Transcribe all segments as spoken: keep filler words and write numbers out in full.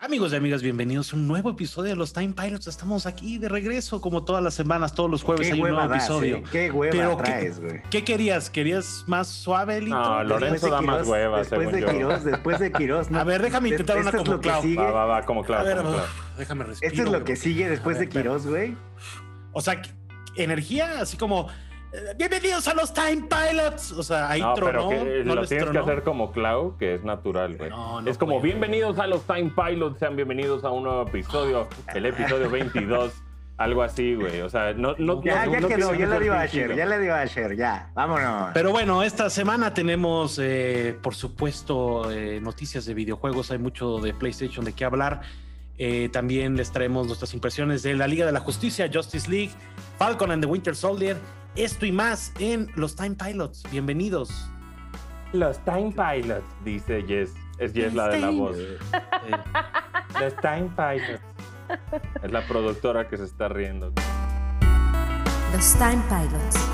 Amigos y amigas, bienvenidos a un nuevo episodio de los Time Pilots. Estamos aquí de regreso, como todas las semanas, todos los jueves hay un nuevo das, episodio. Eh? ¿Qué hueva Pero traes, güey? ¿qué, ¿Qué querías? ¿Querías más suave, Lito? No, Lorenzo da más hueva, después según de yo. Quirós, después de Quirós. No, a ver, déjame intentar una como Clau. Va, va, va, como Clau. A ver, como Clau. uf, déjame respirar. Esto es lo que sigue después de Quirós, güey. O sea, energía, así como... ¡Bienvenidos a los Time Pilots! O sea, ahí no, tronó. Pero que ¿no lo tienes tronó? que hacer como Clau, que es natural, güey. No, no es como, puedo. bienvenidos a los Time Pilots, sean bienvenidos a un nuevo episodio, el episodio veintidós, algo así, güey. O sea, no... no ya, no, ya no quedó, tienes ya que le digo a ser Asher, fingido. ya le digo a Asher, ya, vámonos. Pero bueno, esta semana tenemos, eh, por supuesto, eh, noticias de videojuegos. Hay mucho de PlayStation de qué hablar. Eh, también les traemos nuestras impresiones de la Liga de la Justicia, Justice League, Falcon and the Winter Soldier. Esto y más en los Time Pilots. Bienvenidos. Los Time Pilots, dice Jess. Es Jess la de la voz. Eh, Los Time Pilots. Es la productora que se está riendo. Los Time Pilots.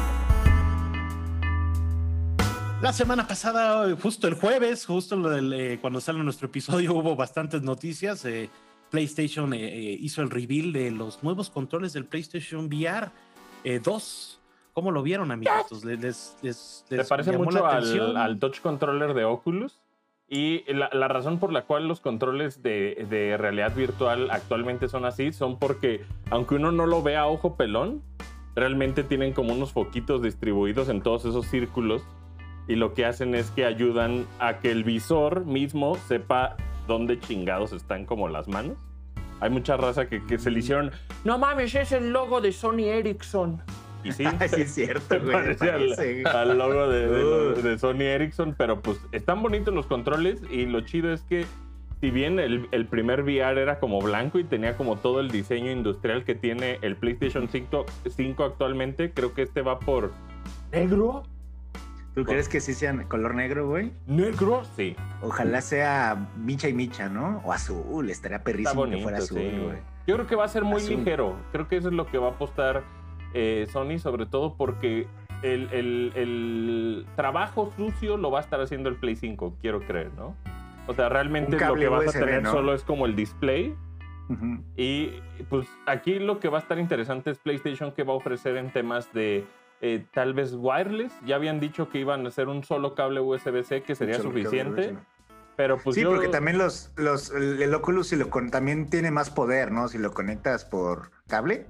La semana pasada, justo el jueves, justo lo del, eh, cuando sale nuestro episodio, hubo bastantes noticias. Eh, PlayStation eh, eh, hizo el reveal de los nuevos controles del PlayStation V R eh, dos. ¿Cómo lo vieron, amigos? ¿Les, les, les, Se les parece llamó mucho la al, atención? al Touch Controller de Oculus. Y la, la razón por la cual los controles de, de realidad virtual actualmente son así son porque, aunque uno no lo vea a ojo pelón, realmente tienen como unos foquitos distribuidos en todos esos círculos. Y lo que hacen es que ayudan a que el visor mismo sepa dónde chingados están como las manos. Hay mucha raza que, que se le hicieron, no mames, es el logo de Sony Ericsson. Y sí, sí es cierto, güey. parece al, al logo de, de, de Sony Ericsson, pero pues están bonitos los controles y lo chido es que si bien el, el primer V R era como blanco y tenía como todo el diseño industrial que tiene el PlayStation cinco, cinco actualmente, creo que este va por negro. ¿Tú crees que sí sean color negro, güey? ¿Negro? Sí. Ojalá sea micha y micha, ¿no? O azul, estaría perrísimo bonito, que fuera azul, sí. güey. Yo creo que va a ser muy Azul. ligero. Creo que eso es lo que va a apostar eh, Sony, sobre todo porque el, el, el trabajo sucio lo va a estar haciendo el Play cinco, quiero creer, ¿no? O sea, realmente lo que vas a tener ¿no? solo es como el display. Uh-huh. Y pues aquí lo que va a estar interesante es PlayStation, que va a ofrecer en temas de eh, tal vez wireless. Ya habían dicho que iban a hacer un solo cable U S B C que sería Solo suficiente. cable, Pero pues sí, yo... porque también los, los, el Oculus si lo con, también tiene más poder, ¿no? Si lo conectas por cable.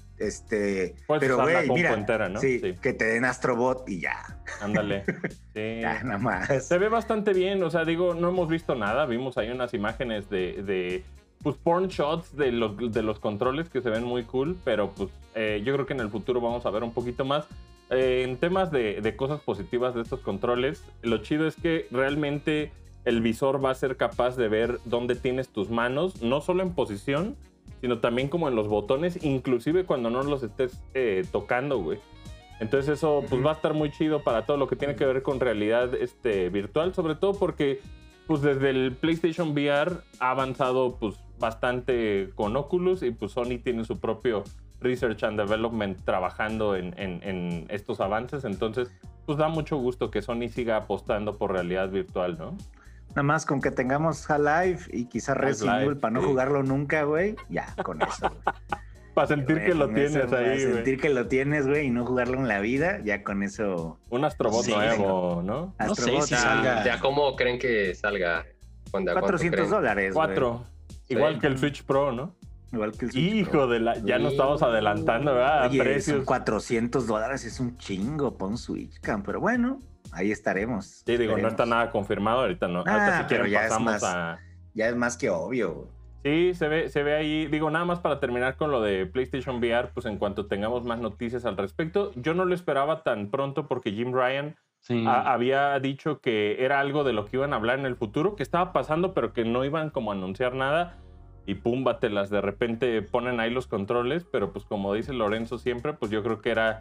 Este, Puedes pero usar la güey, compu mira, entera, ¿no? sí, Sí. que te den Astrobot y ya. Ándale. Sí. Ya, nada más. Se ve bastante bien, o sea, digo, no hemos visto nada, vimos ahí unas imágenes de, de pues, porn shots de los, de los controles que se ven muy cool, pero pues eh, yo creo que en el futuro vamos a ver un poquito más. Eh, en temas de, de cosas positivas de estos controles, lo chido es que realmente el visor va a ser capaz de ver dónde tienes tus manos, no solo en posición, sino también como en los botones, inclusive cuando no los estés eh, tocando, güey. Entonces eso pues va a estar muy chido para todo lo que tiene que ver con realidad este, virtual, sobre todo porque pues desde el PlayStation V R ha avanzado pues bastante con Oculus y pues Sony tiene su propio Research and Development trabajando en, en, en estos avances, entonces pues da mucho gusto que Sony siga apostando por realidad virtual, ¿no? Nada más con que tengamos Half-Life y quizá Resident Evil para no sí. jugarlo nunca, güey. Ya, con eso, güey. Para sentir Güey, que lo con tienes eso, ahí, para güey. sentir que lo tienes, güey, y no jugarlo en la vida, ya con eso. Un Astrobot Sí, nuevo, ¿no? No sé Astrobot, si ah, salga. ¿Ya cómo creen que salga? ¿Cuándo- cuánto cuatrocientos creen? dólares. güey. Cuatro. Igual que el Switch Pro, ¿no? Igual que el Switch Hijo Pro. de la... Ya nos Sí. estamos adelantando, ¿verdad? A Oye, precios. son cuatrocientos dólares, es un chingo para un Switch, cam, pero bueno, ahí estaremos. Sí, digo, no Esperemos. está nada confirmado ahorita, ¿no? Ah, ahorita si pero quieren ya es pasamos más- a... Ya es más que obvio, güey. Sí, se ve, se ve ahí. Digo, nada más para terminar con lo de PlayStation V R, pues en cuanto tengamos más noticias al respecto. Yo no lo esperaba tan pronto porque Jim Ryan Sí. a- había dicho que era algo de lo que iban a hablar en el futuro, que estaba pasando, pero que no iban como a anunciar nada. Y pum, batelas, de repente ponen ahí los controles, pero pues como dice Lorenzo siempre, pues yo creo que era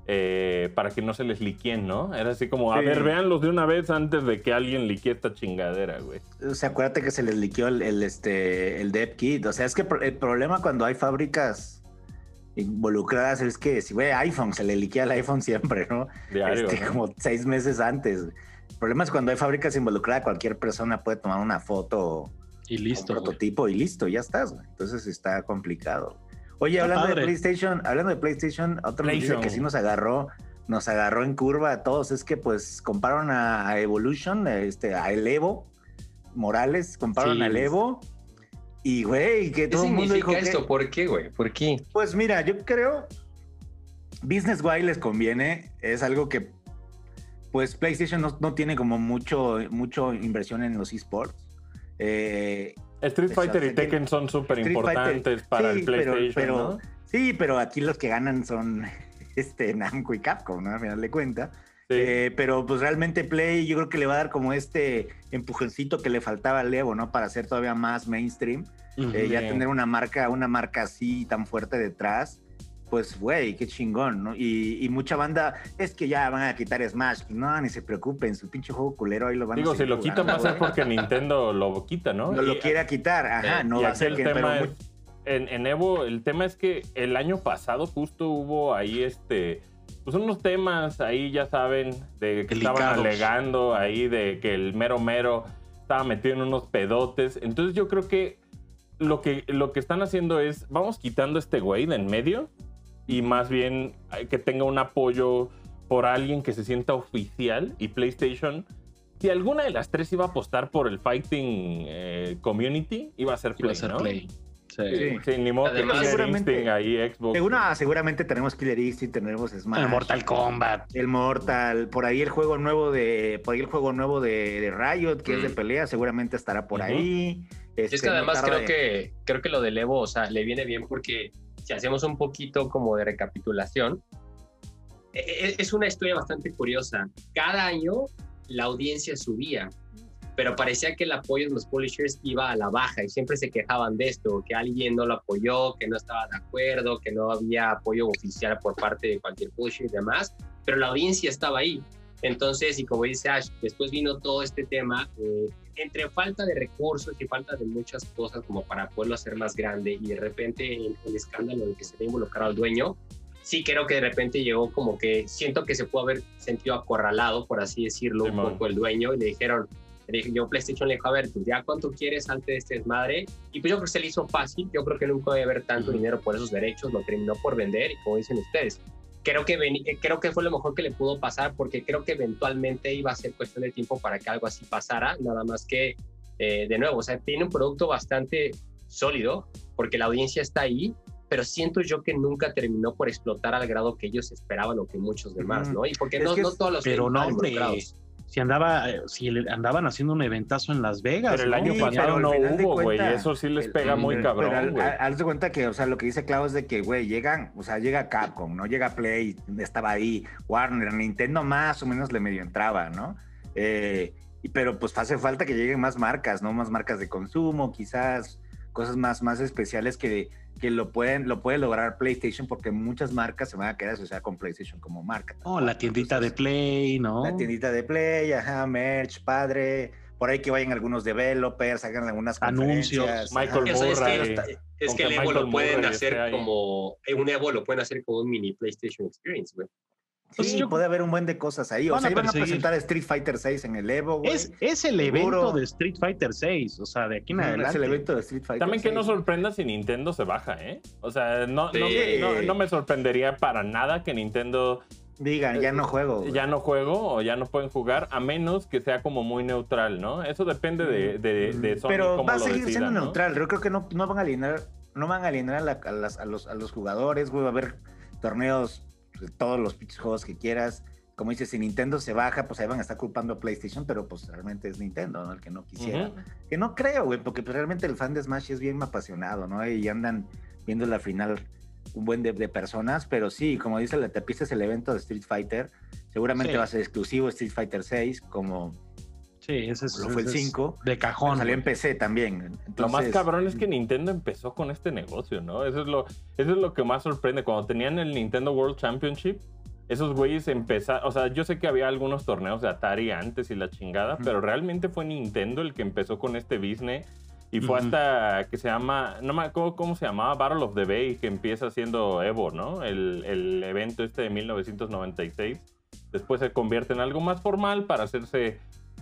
eh, para que no se les liqueen, ¿no? Era así como, a Sí. ver, véanlos de una vez antes de que alguien liquee esta chingadera, güey. O sea, acuérdate que se les liqueó el, el, este, el Dev Kit. O sea, es que pro- el problema cuando hay fábricas involucradas es que si, güey, iPhone, se le liquea el iPhone siempre, ¿no? Diario, Este, ¿no? Como seis meses antes. El problema es cuando hay fábricas involucradas, cualquier persona puede tomar una foto Y listo. Un prototipo güey. Y listo, ya estás, güey. Entonces está complicado. Oye, está hablando padre. de PlayStation, hablando de PlayStation, otra noticia que sí nos agarró, nos agarró en curva a todos es que pues compraron a, a Evolution, este, a el Evo Morales, compraron Sí. al Evo. Y, güey, que ¿Qué todo el mundo dijo significa esto? que... ¿Por qué, güey? ¿Por qué? Pues mira, yo creo business wise les conviene, es algo que pues PlayStation no, no tiene como mucho, mucho inversión en los esports. Eh, Street Fighter y Tekken son súper importantes para sí, el PlayStation, pero, pero, ¿no? Sí, pero aquí los que ganan son este, Namco y Capcom, ¿no? Al final de cuentas. Sí. Eh, pero pues realmente Play yo creo que le va a dar como este empujoncito que le faltaba al Evo, ¿no? Para hacer todavía más mainstream. Uh-huh. Eh, ya Sí. tener una marca, una marca así tan fuerte detrás, pues güey, qué chingón, ¿no? Y, y mucha banda, es que ya van a quitar Smash. No, ni se preocupen, su pinche juego culero ahí lo van Digo, a si seguir lo quitan va a jugando, ser porque Nintendo lo quita, ¿no? no lo Y- quiera quitar, ajá, Eh, no y va a aquí ser el que, tema pero es, muy- en, en Evo, el tema es que el año pasado justo hubo ahí este, pues unos temas ahí, ya saben, de que estaban Delicados. alegando ahí de que el mero mero estaba metido en unos pedotes. Entonces yo creo que lo que, lo que están haciendo es, vamos quitando este güey de en medio y más bien eh, que tenga un apoyo por alguien que se sienta oficial. Y PlayStation, si alguna de las tres iba a apostar por el fighting eh, community, iba a ser Play, Iba a ser ¿no? Play. Sí. Sí. Sí, ni modo que Además, Killer seguramente- Instinct ahí, Xbox. Seguro- ah, seguramente tenemos Killer Instinct, tenemos Smash. El Mortal Kombat. El Mortal, por ahí el juego nuevo de, por ahí el juego nuevo de, de Riot, que es de Mm. pelea, seguramente estará por Ujú. ahí. Y es Este, que además no tarda creo en- que, creo que lo del Evo, o sea, le viene bien porque si hacemos un poquito como de recapitulación, e- e- es una historia bastante curiosa. Cada año la audiencia subía, pero parecía que el apoyo de los publishers iba a la baja y siempre se quejaban de esto, que alguien no lo apoyó, que no estaba de acuerdo, que no había apoyo oficial por parte de cualquier publisher y demás, pero la audiencia estaba ahí. Entonces, y como dice Ash, después vino todo este tema, eh, entre falta de recursos y falta de muchas cosas como para poderlo hacer más grande y de repente el, el escándalo en el que se ve involucrado el dueño, sí creo que de repente llegó como que siento que se pudo haber sentido acorralado, por así decirlo, Sí, un man. poco el dueño y le dijeron, le dije, yo PlayStation le dijo, a ver, pues ya cuánto quieres antes de este desmadre, y pues yo creo que se le hizo fácil, yo creo que nunca debe haber tanto Ujú. dinero por esos derechos, lo terminó por vender y como dicen ustedes, creo que, veni- creo que fue lo mejor que le pudo pasar porque creo que eventualmente iba a ser cuestión de tiempo para que algo así pasara, nada más que, eh, de nuevo, o sea, tiene un producto bastante sólido porque la audiencia está ahí, pero siento yo que nunca terminó por explotar al grado que ellos esperaban o que muchos demás, ¿no? Y porque Es no, que no es- todos los que pero no, estaban hombre. involucrados. Si andaba, eh, si le- andaban haciendo un eventazo en Las Vegas. Pero el ¿no? año Sí, pasado pero al no final de hubo, güey. cuenta, Eso sí les el- pega muy pero cabrón, al- güey. al- Haz de cuenta que, o sea, lo que dice Clau es de que, güey, llegan, o sea, llega Capcom, ¿no? Llega Play, estaba ahí, Warner, Nintendo más o menos le medio entraba, ¿no? Eh, y- pero pues hace falta que lleguen más marcas, ¿no? Más marcas de consumo, quizás cosas más, más especiales que, que lo pueden, lo puede lograr PlayStation porque muchas marcas se van a quedar asociadas con PlayStation como marca. Oh, la tiendita de Entonces, Play, ¿no? La tiendita de Play, ajá, merch, padre. Por ahí que vayan algunos developers, hagan algunas Anuncios. conferencias. Michael Eso es que, Murray. está- es Con que el que Evo Michael lo pueden Murray hacer esté ahí. como, eh, un Evo lo pueden hacer como un mini PlayStation Experience, güey. Sí, Pues yo- puede haber un buen de cosas ahí. O Van sea, a iban a perseguir. presentar Street Fighter seis en el Evo, güey. Es, es el Seguro. evento de Street Fighter seis, o sea, de aquí en Mm, adelante. es el evento de Street Fighter También que no seis. sorprenda si Nintendo se baja, ¿eh? O sea, no, Sí. no, no- no me sorprendería para nada que Nintendo Digan, ya no juego. güey. ya no juego o ya no pueden jugar, a menos que sea como muy neutral, ¿no? Eso depende de, de, de Sony Pero cómo va a lo seguir decidan, siendo ¿no? neutral. Yo creo que no, no van a alinear, no van a alinear a, la- a las- a los, a los jugadores, güey. Va a haber torneos de todos los pinches juegos que quieras. Como dices, si Nintendo se baja, pues ahí van a estar culpando a PlayStation, pero pues realmente es Nintendo, ¿no? El que no quisiera. Ujú. Que no creo, güey, porque pues, realmente el fan de Smash es bien apasionado, ¿no? Y andan viendo la final un buen de, de personas, pero sí, como dice, la tapista es el evento de Street Fighter. Seguramente Sí. va a ser exclusivo Street Fighter seis, como Sí, ese es, lo fue el ese es cinco. de cajón. Salió en güey. P C también. Entonces, Lo más cabrón es que Nintendo empezó con este negocio, ¿no? Eso es lo, eso es lo que más sorprende. Cuando tenían el Nintendo World Championship, esos güeyes empezaron, o sea, yo sé que había algunos torneos de Atari antes y la chingada, Ujú. pero realmente fue Nintendo el que empezó con este business y fue Ujú. hasta que se llama, no me acuerdo cómo se llamaba, Battle of the Bay, que empieza siendo Evo, ¿no? El, el evento este de mil novecientos noventa y seis. Después se convierte en algo más formal para hacerse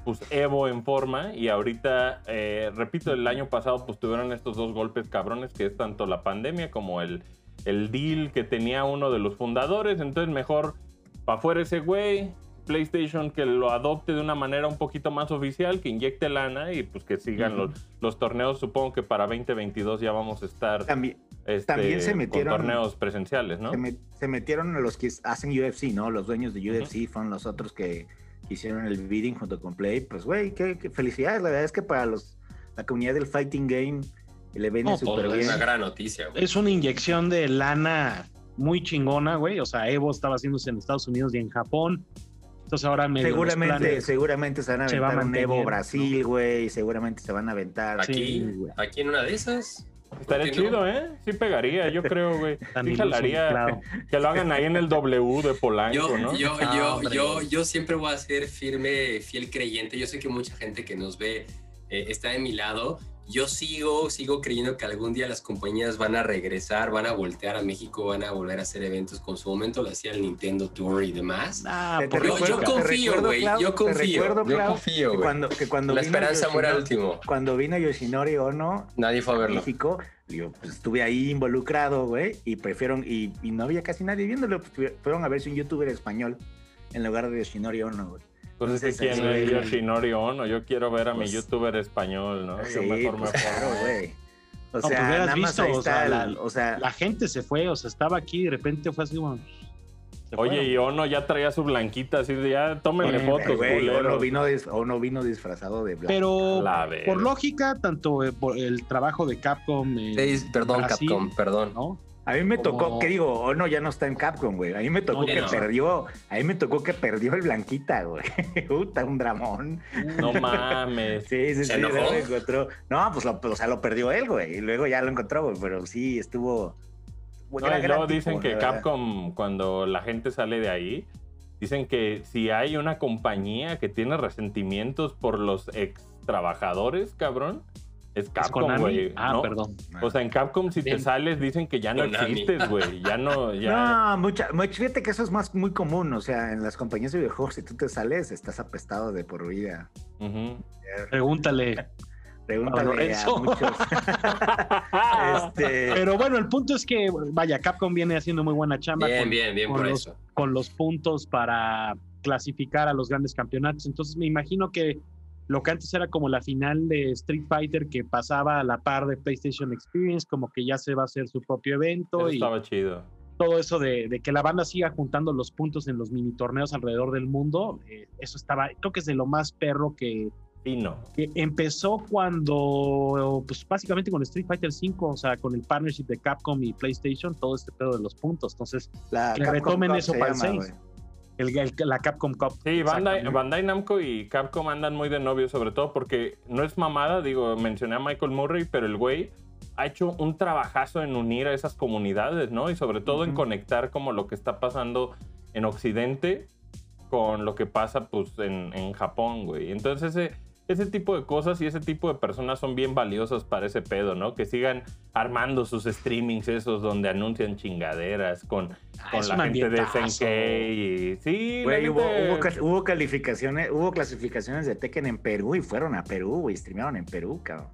pues Evo en forma, y ahorita, eh, repito, el año pasado pues tuvieron estos dos golpes cabrones, que es tanto la pandemia como el, el deal que tenía uno de los fundadores. Entonces mejor pa' fuera ese güey, PlayStation que lo adopte de una manera un poquito más oficial, que inyecte lana y pues que sigan uh-huh. los, los torneos. Supongo que para veinte veintidós ya vamos a estar también, este, también se metieron, con torneos presenciales, ¿no? Se, me, se metieron a los que hacen U F C, ¿no? Los dueños de U F C uh-huh. fueron los otros que hicieron el bidding junto con Play. Pues güey, qué, qué felicidades. La verdad es que para los la comunidad del fighting game le viene no, súper bien. Es una gran noticia, güey. Es una inyección de lana muy chingona, güey. O sea, Evo estaba haciéndose en Estados Unidos y en Japón. Entonces ahora medio seguramente, planes, seguramente se van a aventar va un Evo Brasil, güey. ¿No? Seguramente se van a aventar. Aquí, sí, aquí en una de esas. Estaría chido, no? ¿eh? Sí pegaría, yo creo, güey. Sí jalaría claro. que, que lo hagan ahí en el W de Polanco, yo, ¿no? Yo, ah, yo, yo, yo siempre voy a ser firme, fiel creyente. Yo sé que mucha gente que nos ve eh, está de mi lado. Yo sigo, sigo creyendo que algún día las compañías van a regresar, van a voltear a México, van a volver a hacer eventos. Con su momento lo hacía el Nintendo Tour y demás. Ah, yo, recuerdo, yo confío, güey. Yo confío. Recuerdo, yo confío, güey. Cuando, que cuando la esperanza muere al último. Cuando vino Yoshinori Ono, nadie fue a verlo. México, yo pues, estuve ahí involucrado, güey, y prefieron, y, y no había casi nadie viéndolo. Pues, fueron a ver si un youtuber español en lugar de Yoshinori Ono, güey. Pues es que quién es Yoshinori Ono, yo quiero ver a pues, mi youtuber español, ¿no? Sí, yo mejor pues, me claro, güey. O no, sea, pues nada visto, más ahí o está sea, el, la, o sea, la gente se fue, o sea, estaba aquí y de repente fue así, bueno, oye, fueron. Y Ono ya traía su blanquita, así de ya, tómenle eh, fotos, güey. Ono vino, Ono vino disfrazado de blanco. Pero, por lógica, tanto por el trabajo de Capcom... Eh, sí, perdón, Brasil, Capcom, perdón. ¿no? A mí me Como... tocó, ¿qué digo? Ono ya no está en Capcom, güey. A mí me tocó no, que no. perdió, a mí me tocó que perdió el Blanquita, güey. Puta, un dramón. No mames. Sí, sí, ¿Se sí, enojó? lo encontró. No, pues lo, o sea, lo perdió él, güey. Y luego ya lo encontró, güey. Pero sí, estuvo... No, y luego dicen tipo, que Capcom, cuando la gente sale de ahí, dicen que si hay una compañía que tiene resentimientos por los ex trabajadores, cabrón, es Capcom, güey. Ah, ¿no? perdón. O sea, en Capcom si Bien. te sales dicen que ya no Konami. existes, güey. Ya no, ya... No, mucha, fíjate que eso es más muy común. O sea, en las compañías de videojuegos, si tú te sales, estás apestado de por vida. Uh-huh. Pregúntale. Pregúntale a, a muchos. este... Pero bueno, el punto es que, vaya, Capcom viene haciendo muy buena chamba. Bien, con, bien, bien con por los, eso. Con los puntos para clasificar a los grandes campeonatos. Entonces me imagino que lo que antes era como la final de Street Fighter que pasaba a la par de PlayStation Experience, como que ya se va a hacer su propio evento. Eso y estaba chido. Todo eso de, de que la banda siga juntando los puntos en los mini torneos alrededor del mundo, eh, eso estaba, creo que es de lo más perro que, sí, no. que empezó cuando, pues básicamente con Street Fighter cinco, o sea, con el partnership de Capcom y PlayStation, todo este pedo de los puntos. Entonces, la que retomen Cup eso para el seis. El, el, la Capcom Cup. Sí, Bandai, Bandai Namco y Capcom andan muy de novios, sobre todo porque no es mamada, digo, mencioné a Michael Murray, pero el güey ha hecho un trabajazo en unir a esas comunidades, ¿no? Y sobre todo uh-huh. en conectar como lo que está pasando en Occidente con lo que pasa, pues, en, en Japón, güey. Entonces, ese... Ese tipo de cosas y ese tipo de personas son bien valiosas para ese pedo, ¿no? Que sigan armando sus streamings esos donde anuncian chingaderas con, ah, con la gente de S N K y... Sí, güey, hubo, hubo, hubo calificaciones, hubo clasificaciones de Tekken en Perú y fueron a Perú, güey, streamearon en Perú, cabrón.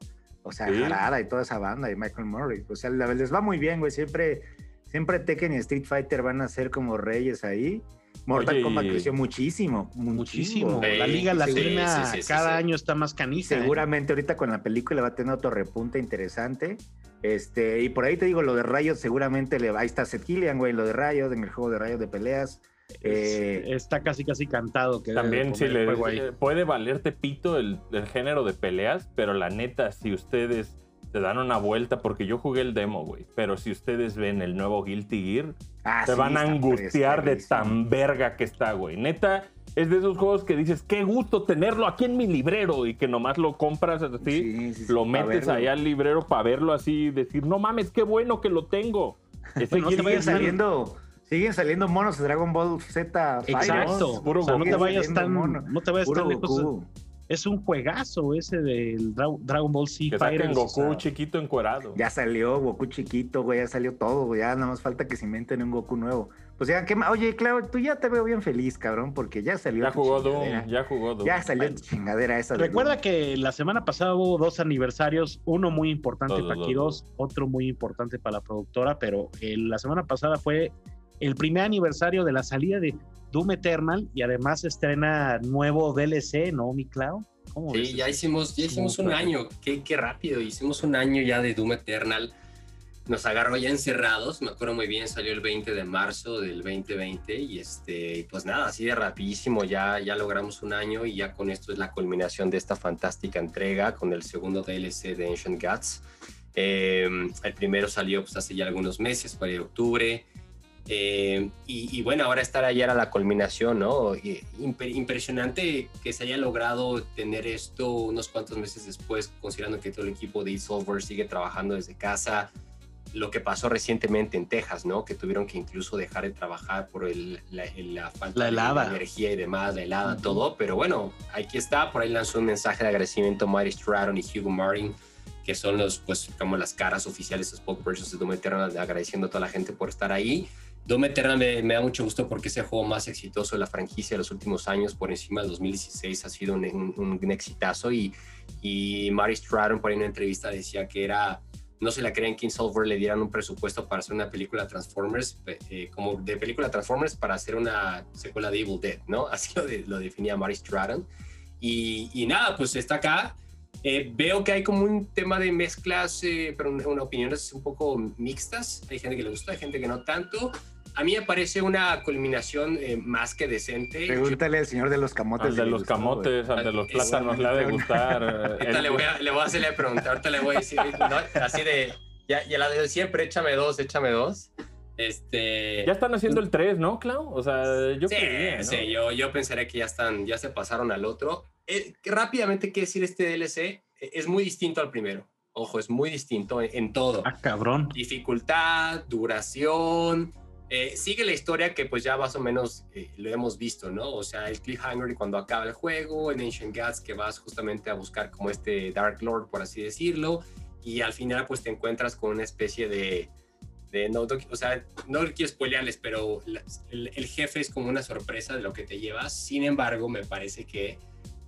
O sea, ¿sí? Jarada y toda esa banda y Michael Murray. O sea, les va muy bien, güey. Siempre, siempre Tekken y Street Fighter van a ser como reyes ahí. Mortal Oye, Kombat creció muchísimo, muchísimo. Sí, la Liga Latina sí, sí, sí, cada sí, año está más canija. Seguramente ¿eh? ahorita con la película va a tener otro repunte interesante. Este, y por ahí te digo, lo de Riot seguramente le va. Ahí está Seth Killian, güey, lo de Riot, en el juego de Riot de peleas. Eh, está casi casi cantado. Que también sí, le, puede valerte pito el, el género de peleas, pero la neta, si ustedes se dan una vuelta, porque yo jugué el demo, güey, pero si ustedes ven el nuevo Guilty Gear, ah, se sí, van a angustiar de tan verga que está, güey. Neta, es de esos juegos que dices, qué gusto tenerlo aquí en mi librero, y que nomás lo compras así, sí, sí, sí, lo metes allá al librero para verlo así, y decir, no mames, qué bueno que lo tengo. Ese no te vayas saliendo... Siguen saliendo monos de Dragon Ball Z. Exacto. Puro o sea, no te vayas tan, no te vayas tan lejos. Es un juegazo ese del Dra- Dragon Ball Z. Que saquen Goku o sea, chiquito encuerado. Ya salió Goku chiquito, güey, ya salió todo, güey. Ya nada más falta que se inventen un Goku nuevo. pues digan, ¿qué ma- oye, Clau, tú ya te veo bien feliz, cabrón, porque ya salió Ya tu jugó chingadera. Doom, ya jugó Doom. Ya salió tu chingadera esa de Recuerda Doom. que la semana pasada hubo dos aniversarios, uno muy importante Dos, para dos, Quirós, otro muy importante para la productora, pero eh, la semana pasada fue el primer aniversario de la salida de Doom Eternal y además se estrena nuevo D L C, ¿no, mi Clau? ¿Cómo ves Sí, ya eso? hicimos, ya hicimos un ¿Cómo fue? año. Qué, qué rápido. Hicimos un año ya de Doom Eternal. Nos agarró ya encerrados. Me acuerdo muy bien, salió el veinte de marzo del veinte veinte. Y este, pues nada, así de rapidísimo ya, ya logramos un año. Y ya con esto es la culminación de esta fantástica entrega con el segundo D L C de Ancient Gods. Eh, el primero salió pues, hace ya algunos meses, para octubre. Eh, y, y bueno, ahora estar allá era la culminación, ¿no? Y, imp- impresionante que se haya logrado tener esto unos cuantos meses después, considerando que todo el equipo de id Software sigue trabajando desde casa. Lo que pasó recientemente en Texas, ¿no? Que tuvieron que incluso dejar de trabajar por el, la, la falta La de helada. energía y demás, la helada, todo. Pero bueno, aquí está. Por ahí lanzó un mensaje de agradecimiento a Marty Stratton y Hugo Martin, que son los, pues, como las caras oficiales, los spokespersons de Doom Eternal, agradeciendo a toda la gente por estar ahí. Doom Eternal me, me da mucho gusto porque es el juego más exitoso de la franquicia de los últimos años, por encima del dos mil dieciséis, ha sido un, un, un exitazo. Y, y Marty Stratton, por ahí en una entrevista, decía que era, no se la creían que King Software le dieran un presupuesto para hacer una película Transformers, eh, como de película Transformers, para hacer una secuela de Evil Dead, ¿no? Así lo, de, lo definía Marty Stratton. Y, y nada, pues está acá. Eh, veo que hay como un tema de mezclas, eh, pero una, una opiniones un poco mixtas. Hay gente que le gusta, hay gente que no tanto. A mí me parece una culminación eh, más que decente. Pregúntale al señor de los camotes. Al si de le los gustó, camotes, al de los plátanos le ha de gustar. Ahorita le voy a, le voy a hacerle preguntar, ahorita le voy a decir, ¿no? Así de, ya, ya la de siempre, échame dos, échame dos. Este... Ya están haciendo el tres, ¿no, Clau? O sea, yo sí, creía, ¿no? sí, yo, yo pensaría que ya están, ya se pasaron al otro. Eh, rápidamente, ¿qué decir este D L C? Eh, es muy distinto al primero. Ojo, es muy distinto en, en todo. Ah, cabrón. Dificultad, duración. Eh, sigue la historia que pues ya más o menos eh, lo hemos visto, ¿no? O sea, el cliffhanger cuando acaba el juego, en Ancient Gods que vas justamente a buscar como este Dark Lord, por así decirlo, y al final pues te encuentras con una especie de... de no, no, o sea, no quiero spoilearles, pero la, el, el jefe es como una sorpresa de lo que te llevas. Sin embargo, me parece que,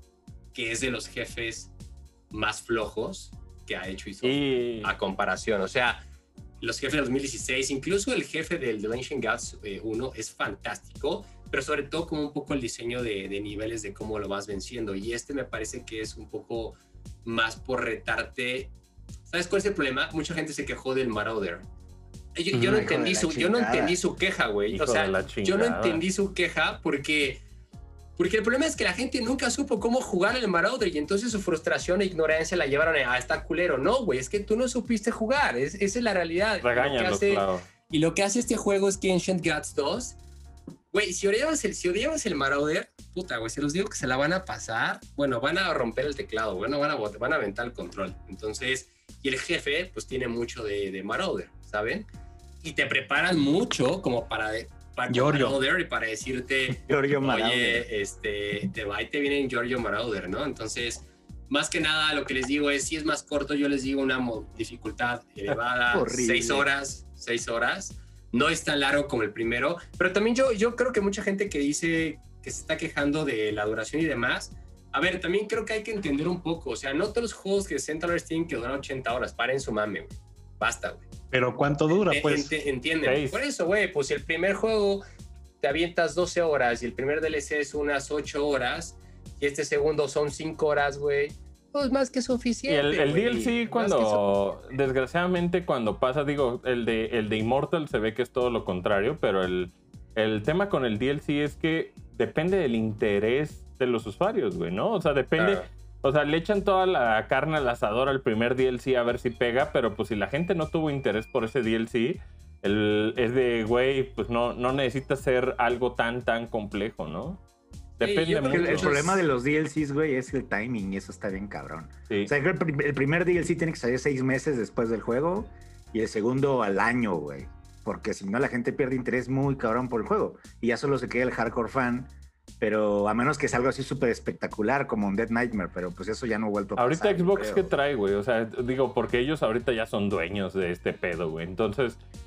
que es de los jefes más flojos que ha hecho Ubisoft Y... a comparación. O sea, los jefes del dos mil dieciséis, incluso el jefe del The Ancient Gods eh, uno es fantástico, pero sobre todo como un poco el diseño de, de niveles de cómo lo vas venciendo. Y este me parece que es un poco más por retarte. ¿Sabes cuál es el problema? Mucha gente se quejó del Marauder. Yo, yo, no, entendí su, yo no entendí su queja, güey. O sea, yo no entendí su queja porque... Porque el problema es que la gente nunca supo cómo jugar el Marauder y entonces su frustración e ignorancia la llevaron a, a esta culero. No, güey, es que tú no supiste jugar. Es, esa es la realidad. Regáñalos, claro. Y lo que hace este juego es que Ancient Gods dos, güey, si odiabas el, si odiabas el Marauder, puta, güey, se los digo que se la van a pasar. Bueno, van a romper el teclado, bueno, van a, van a aventar el control. Entonces, y el jefe, pues tiene mucho de, de Marauder, ¿saben? Y te preparan mucho como para... para Marauder y para decirte, Giorgio Marauder. oye, este, te va y te viene en Giorgio Marauder, ¿no? Entonces, más que nada, lo que les digo es, si es más corto, yo les digo una dificultad elevada, seis horas, seis horas. No es tan largo como el primero, pero también yo, yo creo que mucha gente que dice que se está quejando de la duración y demás, a ver, también creo que hay que entender un poco, o sea, no todos los juegos que Central Air tienen que durar ochenta horas, paren su mame, güey. Basta, güey. Pero ¿cuánto dura, pues? Ent entienden. Seis. Por eso, güey, pues si el primer juego te avientas doce horas y el primer D L C es unas ocho horas y este segundo son cinco horas, güey, pues más que suficiente. Y el, el D L C cuando, desgraciadamente cuando pasa, digo, el de, el de Immortal se ve que es todo lo contrario, pero el, el tema con el D L C es que depende del interés de los usuarios, güey, ¿no? O sea, depende... Claro. O sea, le echan toda la carne al asador al primer D L C a ver si pega, pero pues si la gente no tuvo interés por ese D L C, el, es de, güey, pues no, no necesita ser algo tan, tan complejo, ¿no? Depende sí, mucho. El, el problema de los D L Cs, güey, es el timing y eso está bien cabrón. Sí. O sea, el, el primer D L C tiene que salir seis meses después del juego y el segundo al año, güey. Porque si no la gente pierde interés muy cabrón por el juego. Y ya solo se queda el hardcore fan. Pero a menos que sea algo así súper espectacular como un Dead Nightmare, pero pues eso ya no ha vuelto a ahorita pasar. Ahorita Xbox, ¿qué trae, güey? O sea, digo, porque ellos ahorita ya son dueños de este pedo, güey. Entonces,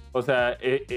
O sea,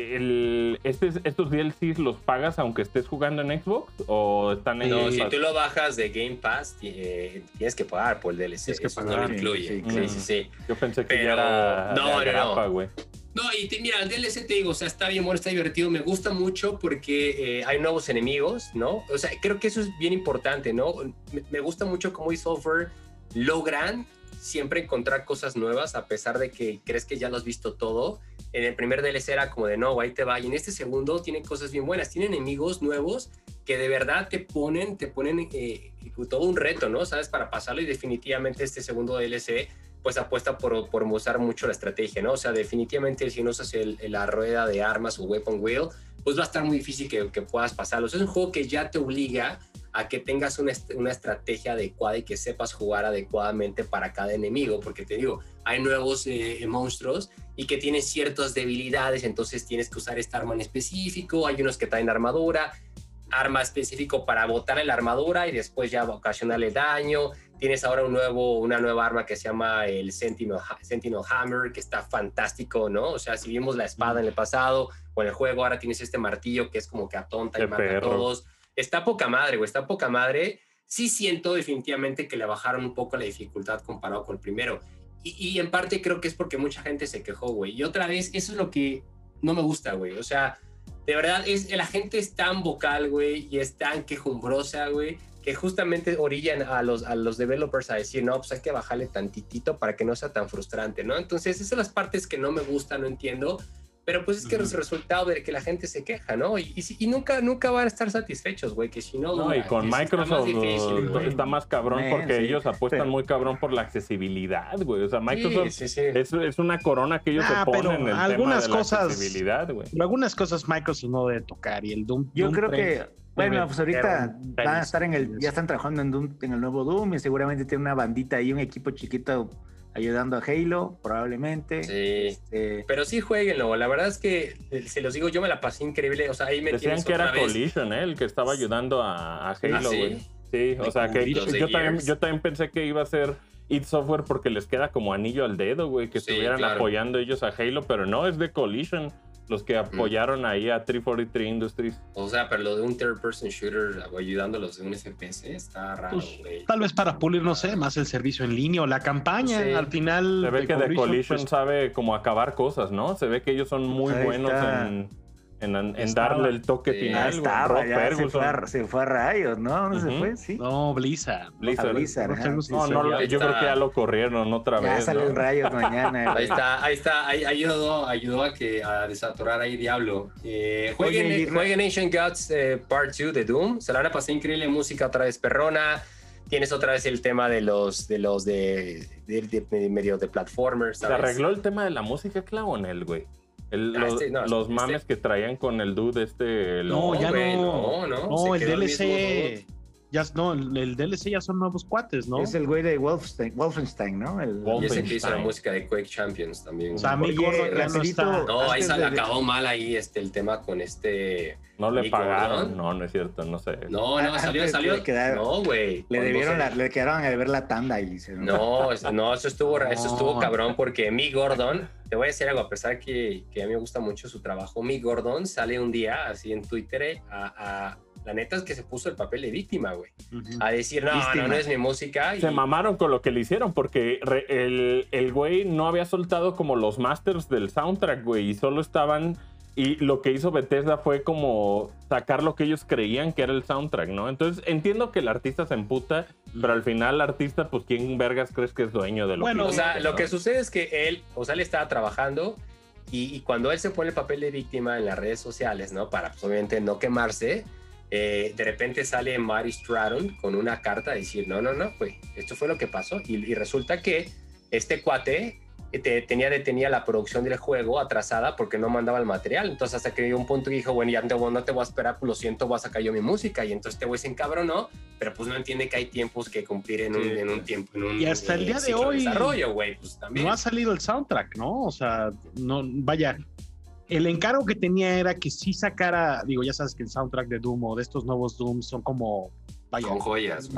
el, este, ¿estos D L Cs los pagas aunque estés jugando en Xbox o están en No, Game si Pass? tú lo bajas de Game Pass, eh, tienes que pagar por el D L C. Tienes que Eso pagar, no lo incluye. sí, Sí, sí. sí, sí. Yo pensé que Pero- ya era no, de no, agrapa, no. güey. No, y te, mira, el D L C te digo, o sea, está bien bueno, está divertido, me gusta mucho porque eh, hay nuevos enemigos, ¿no? O sea, creo que eso es bien importante, ¿no? Me, me gusta mucho cómo eSoftware logran siempre encontrar cosas nuevas a pesar de que crees que ya lo has visto todo. En el primer D L C era como de no, ahí te va, y en este segundo tienen cosas bien buenas, tienen enemigos nuevos que de verdad te ponen, te ponen eh, todo un reto, ¿no? ¿Sabes? Para pasarlo, y definitivamente este segundo D L C pues apuesta por, por usar mucho la estrategia, ¿no? O sea, definitivamente si no usas el, la rueda de armas o weapon wheel, pues va a estar muy difícil que, que puedas pasarlo. O sea, es un juego que ya te obliga a que tengas una, una estrategia adecuada y que sepas jugar adecuadamente para cada enemigo, porque te digo, hay nuevos eh, monstruos y que tienen ciertas debilidades, entonces tienes que usar esta arma en específico, hay unos que traen armadura, arma específico para botar la armadura y después ya ocasionarle daño. Tienes ahora un nuevo, una nueva arma que se llama el Sentinel, Sentinel Hammer, que está fantástico, ¿no? O sea, si vimos la espada en el pasado o en el juego, ahora tienes este martillo que es como que atonta Qué y mata perro. a todos. Está poca madre, güey, está poca madre. Sí siento definitivamente que le bajaron un poco la dificultad comparado con el primero. Y, y en parte creo que es porque mucha gente se quejó, güey. Y otra vez, eso es lo que no me gusta, güey. O sea, de verdad, es, la gente es tan vocal, güey, y es tan quejumbrosa, güey, que justamente orillan a los, a los developers a decir, no, pues hay que bajarle tantitito para que no sea tan frustrante, ¿no? Entonces, esas son las partes que no me gustan, no entiendo, pero pues es que Ujú. es el resultado de que la gente se queja, ¿no? Y, y, si- y nunca, nunca van a estar satisfechos, güey, que si no... No, y güey, con es- está más Microsoft difícil, güey. está más cabrón Man, porque sí. ellos apuestan Pero- muy cabrón por la accesibilidad, güey. O sea, Microsoft Sí, sí, sí. Es, es una corona que ellos Ah, se pero ponen en el algunas tema de cosas- la accesibilidad, güey. Pero algunas cosas Microsoft no debe tocar y el Doom. Yo Doom creo tres que, bueno, debe pues ahorita ser un van a estar en el, tenis. ya están trabajando en, Doom, en el nuevo Doom y seguramente tiene una bandita ahí, un equipo chiquito ayudando a Halo, probablemente. Sí. Este, Pero sí, jueguenlo. La verdad es que, eh, se los digo, yo me la pasé increíble. O sea, ahí me Decían tienes que era otra vez. Collision, ¿eh? El que estaba ayudando a, a Halo, ¿Ah, sí? güey. Sí, o De sea, que Collision. yo, Los yo de también, Gears. yo también pensé que iba a ser id Software porque les queda como anillo al dedo, güey, que Sí, estuvieran claro. apoyando ellos a Halo, pero no, es de Collision los que apoyaron ahí a trescientos cuarenta y tres Industries. O sea, pero lo de un third person shooter ayudándolos de un F P S está raro, Pues, güey. tal vez para pulir, no sé, más el servicio en línea o la campaña. Sí. Al final. Se ve de que de Collision pues, sabe como acabar cosas, ¿no? Se ve que ellos son muy Ahí buenos está. en, en, en Estaba. darle el toque Sí. ya final, güey. estaba, Rob ya se Ferguson. fue, a, se fue a rayos, ¿no? ¿Dónde se Ujú. fue? Sí. No, Blizzard. Blizzard. A Blizzard, No, ajá, tengo- sí, No, sí. no, lo- Ahí yo creo está. que ya lo corrieron otra Ya vez, salen ¿no? rayos mañana. Ahí güey. está, ahí está, ahí ayudó, ayudó a que a desatorar ahí Diablo. Eh, jueguen, Oye, y- jueguen Ancient Gods eh, Part dos de Doom. Se la van a pasar increíble, música otra vez perrona. Tienes otra vez el tema de los de los de, de, de- de medio de platformers. ¿Se ¿sabes? arregló el tema de la música, Claonel, güey? El- Ah, los este, no, los este- mames que traían con el dude este... el- No, ya güey, no. no, no, No, se el quedó el mismo D L C. Ya, no, el, el D L C ya son nuevos cuates, ¿no? Es el güey de Wolfenstein, Wolfenstein, ¿no? El, Y ese que hizo la Wolfenstein. música de Quake Champions también. O sea, a mí Oye, Gordon ya no rapidito, está. No, ahí antes se de- acabó mal ahí este, el tema con este... No le Nick pagaron. Gordon. No, no es cierto, no sé. No, no, Ah, salió, pues, salió... le quedaron- No, güey. Le Cuando debieron, se- la, le quedaron a ver la tanda y se... No, eso- no, eso estuvo, eso estuvo No. cabrón porque Mick Gordon, te voy a decir algo, a pesar que, que a mí me gusta mucho su trabajo, Mick Gordon sale un día así en Twitter eh, a, a- la neta es que se puso el papel de víctima, güey, Ujú. a decir, no, Víctima. no, no es mi música. Y, Se mamaron con lo que le hicieron porque re- el, el güey no había soltado como los masters del soundtrack, güey, y solo estaban... Y lo que hizo Bethesda fue como sacar lo que ellos creían que era el soundtrack, ¿no? Entonces entiendo que el artista se emputa, pero al final el artista, pues ¿quién vergas crees que es dueño de lo Bueno, que o sea, hizo, lo no? que sucede es que él, o sea, él estaba trabajando y, y cuando él se pone el papel de víctima en las redes sociales, ¿no? Para, pues, obviamente, no quemarse, eh, de repente sale Marty Stratton con una carta a decir, no, no, no, güey, esto fue lo que pasó. Y, y resulta que este cuate eh, te- tenía detenida la producción del juego atrasada porque no mandaba el material. Entonces, hasta que llegó un punto y dijo, bueno, ya no te, no te voy a esperar, pues lo siento, voy a sacar yo mi música. Y entonces este güey se encabronó, pero pues no entiende que hay tiempos que cumplir en un, Sí. en un tiempo. En un, Y hasta el eh, día de ciclo hoy desarrollo, güey, pues también. No ha salido el soundtrack, ¿no? O sea, no, vaya. El encargo que tenía era que sí sacara, digo, ya sabes que el soundtrack de Doom o de estos nuevos Doom son como, vaya, Son joyas. las-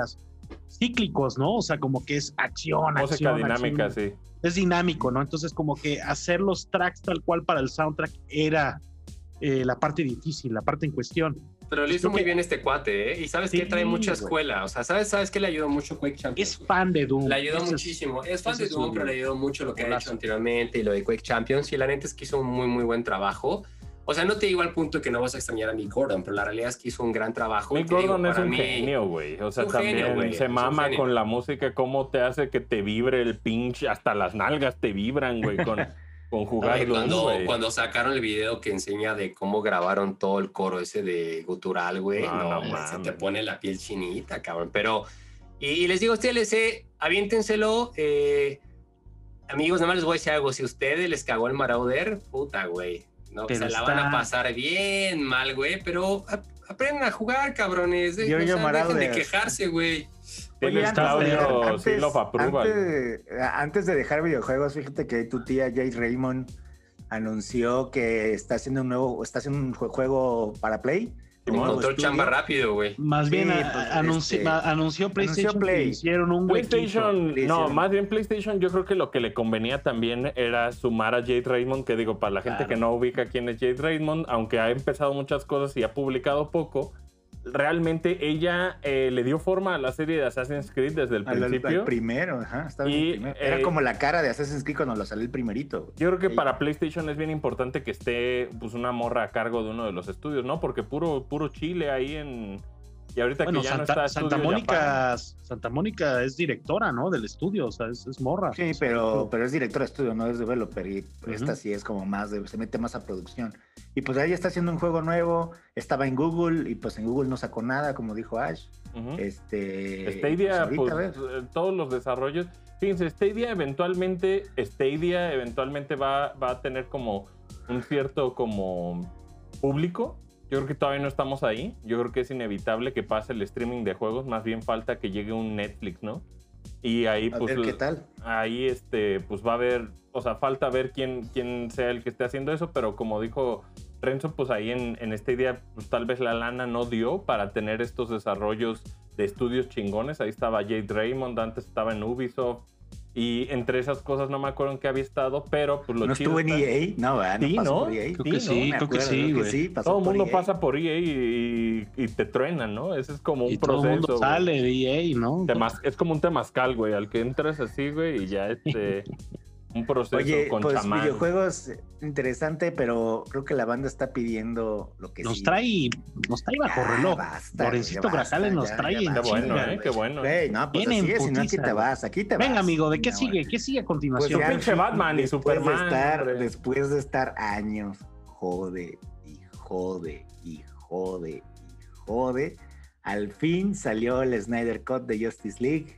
cíclicos, ¿no? O sea, como que es acción, Música acción, dinámica, acción. sí. Es dinámico, ¿no? Entonces, como que hacer los tracks tal cual para el soundtrack era eh, la parte difícil, la parte en cuestión. Pero lo hizo Creo muy que- bien este cuate, ¿eh? Y sabes Sí, que trae mucha güey. escuela. O sea, ¿sabes, sabes que le ayudó mucho Quake Champions? Es fan de Doom. Le ayudó Ese es- muchísimo. Es fan ese de es Doom, un pero le ayudó mucho lo que ha golazo. hecho anteriormente y lo de Quake Champions. Y la neta es que hizo un muy, muy buen trabajo. O sea, no te digo al punto que no vas a extrañar a Mick Gordon, pero la realidad es que hizo un gran trabajo. Mick Y te digo, Gordon es para un mí- genio, güey. O sea, es un también genio, güey. se Es un mama genio. con la música, cómo te hace que te vibre el pinche, hasta las nalgas te vibran, güey, con, con jugar Oye, Doom, cuando, güey. cuando sacaron el video que enseña de cómo grabaron todo el coro ese de gutural, güey, No, no, no se mames. te pone la piel chinita, cabrón. Pero, y, y les digo, a ustedes, eh, aviéntenselo. Eh, amigos, nada más les voy a decir algo. Si a ustedes les cagó el Marauder, puta, güey. No, Pero se la está- van a pasar bien mal, güey, pero ap- aprendan a jugar, cabrones. De, Yo- o yo sea, dejen de Marauder. quejarse, güey. Tienes Oye, Claudio antes- Seal of Approval. Antes, antes de dejar videojuegos, fíjate que tu tía Jade Raymond anunció que está haciendo un nuevo, está haciendo un jue- juego para Play. un nuevo Encontró estudio. chamba rápido, güey. Más bien Sí, a- pues, anunci- este, ma- anunció PlayStation anunció Play. que hicieron un huequito. PlayStation, Le no, hicieron- más bien PlayStation, yo creo que lo que le convenía también era sumar a Jade Raymond, que digo, para la gente Claro. que no ubica quién es Jade Raymond, aunque ha empezado muchas cosas y ha publicado poco, realmente ella eh, le dio forma a la serie de Assassin's Creed desde el Al, al- principio. al primero, ajá, estaba en Y, el primero. Era eh, como la cara de Assassin's Creed cuando lo salió el primerito. güey. Yo creo que Ey. para PlayStation es bien importante que esté pues una morra a cargo de uno de los estudios, ¿no? Porque puro, puro chile ahí en... Y ahorita Bueno, que ya Santa, no está Santa Studio Japan. Mónica, Santa Mónica es directora, ¿no? Del estudio, o sea, es, es morra. Sí, pero, pero es director de estudio, no es developer. Y Ujú. esta sí es como más, de- se mete más a producción. Y pues ella está haciendo un juego nuevo, estaba en Google y pues en Google no sacó nada, como dijo Ash. Ujú. Este, Stadia, pues, pues, ahorita, a ver. eh, todos los desarrollos. Fíjense, Stadia eventualmente, Stadia eventualmente va, va a tener como un cierto como público. Yo creo que todavía no estamos ahí. Yo creo que es inevitable que pase el streaming de juegos. Más bien falta que llegue un Netflix, ¿no? Y ahí, A pues, ver qué tal. ahí este, pues va a haber, o sea, falta ver quién, quién sea el que esté haciendo eso, pero como dijo Renzo, pues ahí en, en Stadia, pues tal vez la lana no dio para tener estos desarrollos de estudios chingones. Ahí estaba Jade Raymond, antes estaba en Ubisoft, y entre esas cosas no me acuerdo en qué había estado, pero pues lo ¿No chido estuvo en está- E A? No, ¿verdad? Sí, pasó ¿no? por E A. Creo Sí, que ¿no? sí, Me creo que acuerdo, sí, creo que güey. sí, pasó Todo el por mundo E A. pasa por E A y, y, y te truenan, ¿no? Ese es como un Y todo proceso. el mundo güey. sale de E A, ¿no? Temas- es como un temazcal, güey, al que entras así, güey, y ya este... un proceso Oye, con pues chamán. videojuegos eh, interesante, pero creo que la banda está pidiendo lo que Nos sí. trae, nos trae bajo Ya, reloj. basta, Lorencito güey, ya basta, Grajales nos ya, trae ya en Qué basta, bueno, chinga. ¿eh? Qué bueno. Güey, no, pues Viene así en es, si no aquí putiza, te güey. vas, aquí te vas. Venga, amigo, ¿de qué No, sigue? güey. ¿Qué sigue a Pues continuación? ya, pinche Batman y después Superman, De estar, hombre. después de estar años, jode y jode y jode y jode, al fin salió el Snyder Cut de Justice League.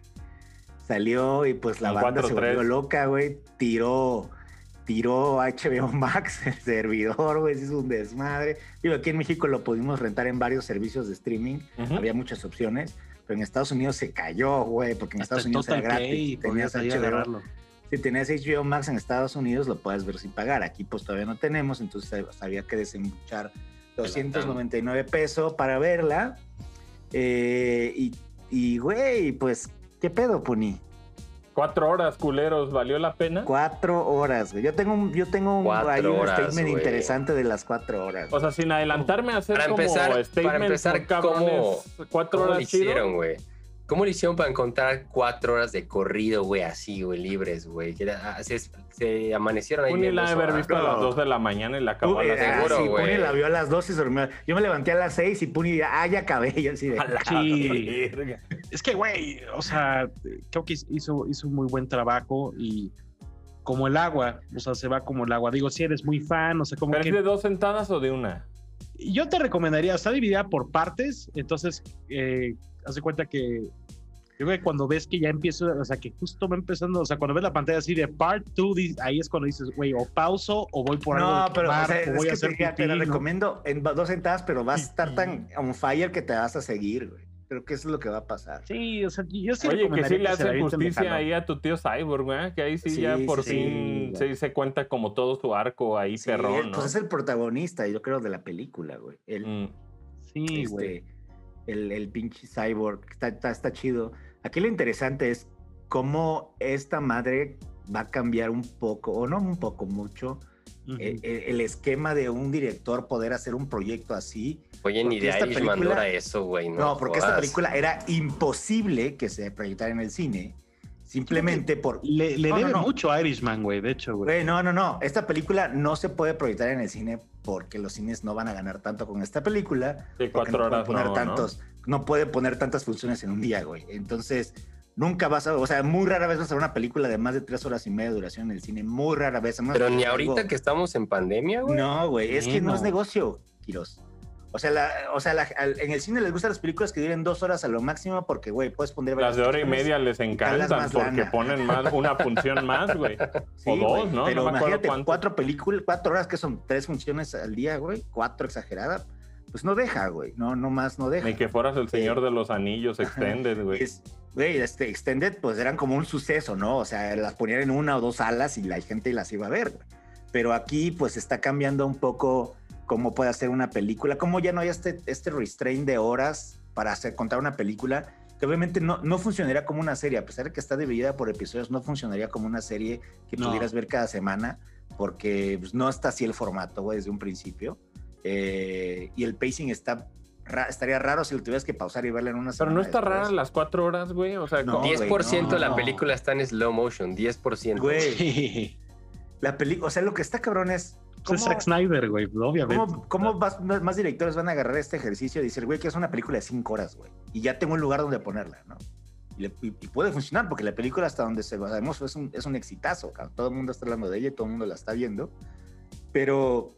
Salió y pues la En banda cuatro se tres. volvió loca, güey. Tiró, tiró H B O Max, el servidor, güey, se hizo un desmadre. Digo, aquí en México lo pudimos rentar en varios servicios de streaming. Ujú. Había muchas opciones, pero en Estados Unidos se cayó, güey, porque en Hasta Estados el Unidos Total era gratis. Play, Tenías podías ahí H B O. agarrarlo. Si tenías H B O Max en Estados Unidos, lo puedes ver sin pagar. Aquí pues todavía no tenemos, entonces había que desembuchar doscientos noventa y nueve pesos para verla. Eh, y, y, güey, pues, ¿qué pedo, Puni? Cuatro horas, culeros, ¿valió la pena? Cuatro horas, güey. Yo tengo un, yo tengo un, Cuatro hay un horas, statement güey. interesante de las cuatro horas. O sea, sin adelantarme a hacer Para como empezar, para statements empezar, por cabrones, ¿cómo, cuatro ¿cómo lo horas chido. hicieron, güey? ¿Cómo lo hicieron para encontrar cuatro horas de corrido, güey, así, güey, libres, güey? Que era- ah, Se, se amanecieron ahí. Uni viendo la de eso, haber ah. visto a No. las dos de la mañana y la acabó a Puni, las ah, seguro, sí, güey. Puni la vio a las dos y se durmió. Yo me levanté a las seis y Puni, ah, ya acabé. Yo así de, A la Sí. verga. Es que, güey, o sea, creo que hizo, hizo un muy buen trabajo y como el agua, o sea, se va como el agua. Digo, si eres muy fan, o sea, como ¿Pero que... es de dos sentadas o de una? Yo te recomendaría, está dividida por partes, entonces, eh, haz de cuenta que yo creo que cuando ves que ya empiezo, o sea, que justo va empezando, o sea, cuando ves la pantalla así de part two, ahí es cuando dices, güey, o pauso o voy por algo no, de pero o tomar, sea, o es voy a que hacer te, te la pipí, ¿no? recomiendo en dos sentadas, pero vas a estar tan on fire que te vas a seguir, güey. Creo que eso es lo que va a pasar. Sí, o sea, yo sí Oye, que recomendaría sí le se la hacen avienten de justicia jalón. ahí a tu tío Cyborg, güey. Que ahí sí, Sí, ya por sí, fin sí. se se cuenta como todo su arco ahí, Sí, perrón, ¿no? pues es el protagonista, yo creo, de la película, güey. El, Mm. Sí, güey. este, el, el pinche cyborg, está, está, está chido. Aquí lo interesante es cómo esta madre va a cambiar un poco, o no un poco, mucho, uh-huh. eh, eh, el esquema de un director poder hacer un proyecto así. Oye, ni de Irishman no era eso, güey. No, no porque esta película era imposible que se proyectara en el cine. Simplemente sí, por... Le, le no, debe no, no. mucho a Irishman, güey, de hecho, güey. No, no, no. Esta película no se puede proyectar en el cine porque los cines no van a ganar tanto con esta película. Sí, cuatro no horas poner no, tantos, ¿no? no puede poner tantas funciones en un día, güey. Entonces, nunca vas a... O sea, muy rara vez vas a ver una película de más de tres horas y media de duración en el cine. Muy rara vez. Pero ni algo... ahorita que estamos en pandemia, güey. No, güey. Es sí, que no. no es negocio, Quiroz. O sea, la, o sea la, al, en el cine les gustan las películas que duren dos horas a lo máximo porque, güey, puedes poner... Las de hora y media les encantan porque lana. ponen más, una función más, güey. Sí, o dos, güey, ¿no? Pero no me imagínate, cuánto. cuatro películas, cuatro horas que son tres funciones al día, güey. Cuatro exagerada. Pues no deja, güey. No, no más no deja. Ni que fueras el Señor eh, de los Anillos Extended, güey. Güey, este Extended, pues eran como un suceso, ¿no? O sea, las ponían en una o dos salas y la gente las iba a ver, güey. Pero aquí, pues, está cambiando un poco... cómo puede hacer una película, cómo ya no hay este, este restraint de horas para hacer, contar una película, que obviamente no, no funcionaría como una serie, a pesar de que está dividida por episodios, no funcionaría como una serie que no. pudieras ver cada semana, porque pues, no está así el formato, güey, desde un principio, eh, y el pacing está... Ra- estaría raro si lo tuvieras que pausar y verla en una semana. Pero no está después. rara las cuatro horas, güey, o sea, No, como... diez por ciento güey, no, de la no. película está en slow motion, diez por ciento. Güey, la película, o sea, lo que está cabrón es... Es Zack Snyder, güey, obviamente. ¿Cómo, cómo vas, más directores van a agarrar este ejercicio y decir, güey, que es una película de cinco horas, güey? Y ya tengo un lugar donde ponerla, ¿no? Y, le, y, y puede funcionar, porque la película hasta donde se sabemos es un, es un exitazo, cabrón. Todo el mundo está hablando de ella y todo el mundo la está viendo. Pero...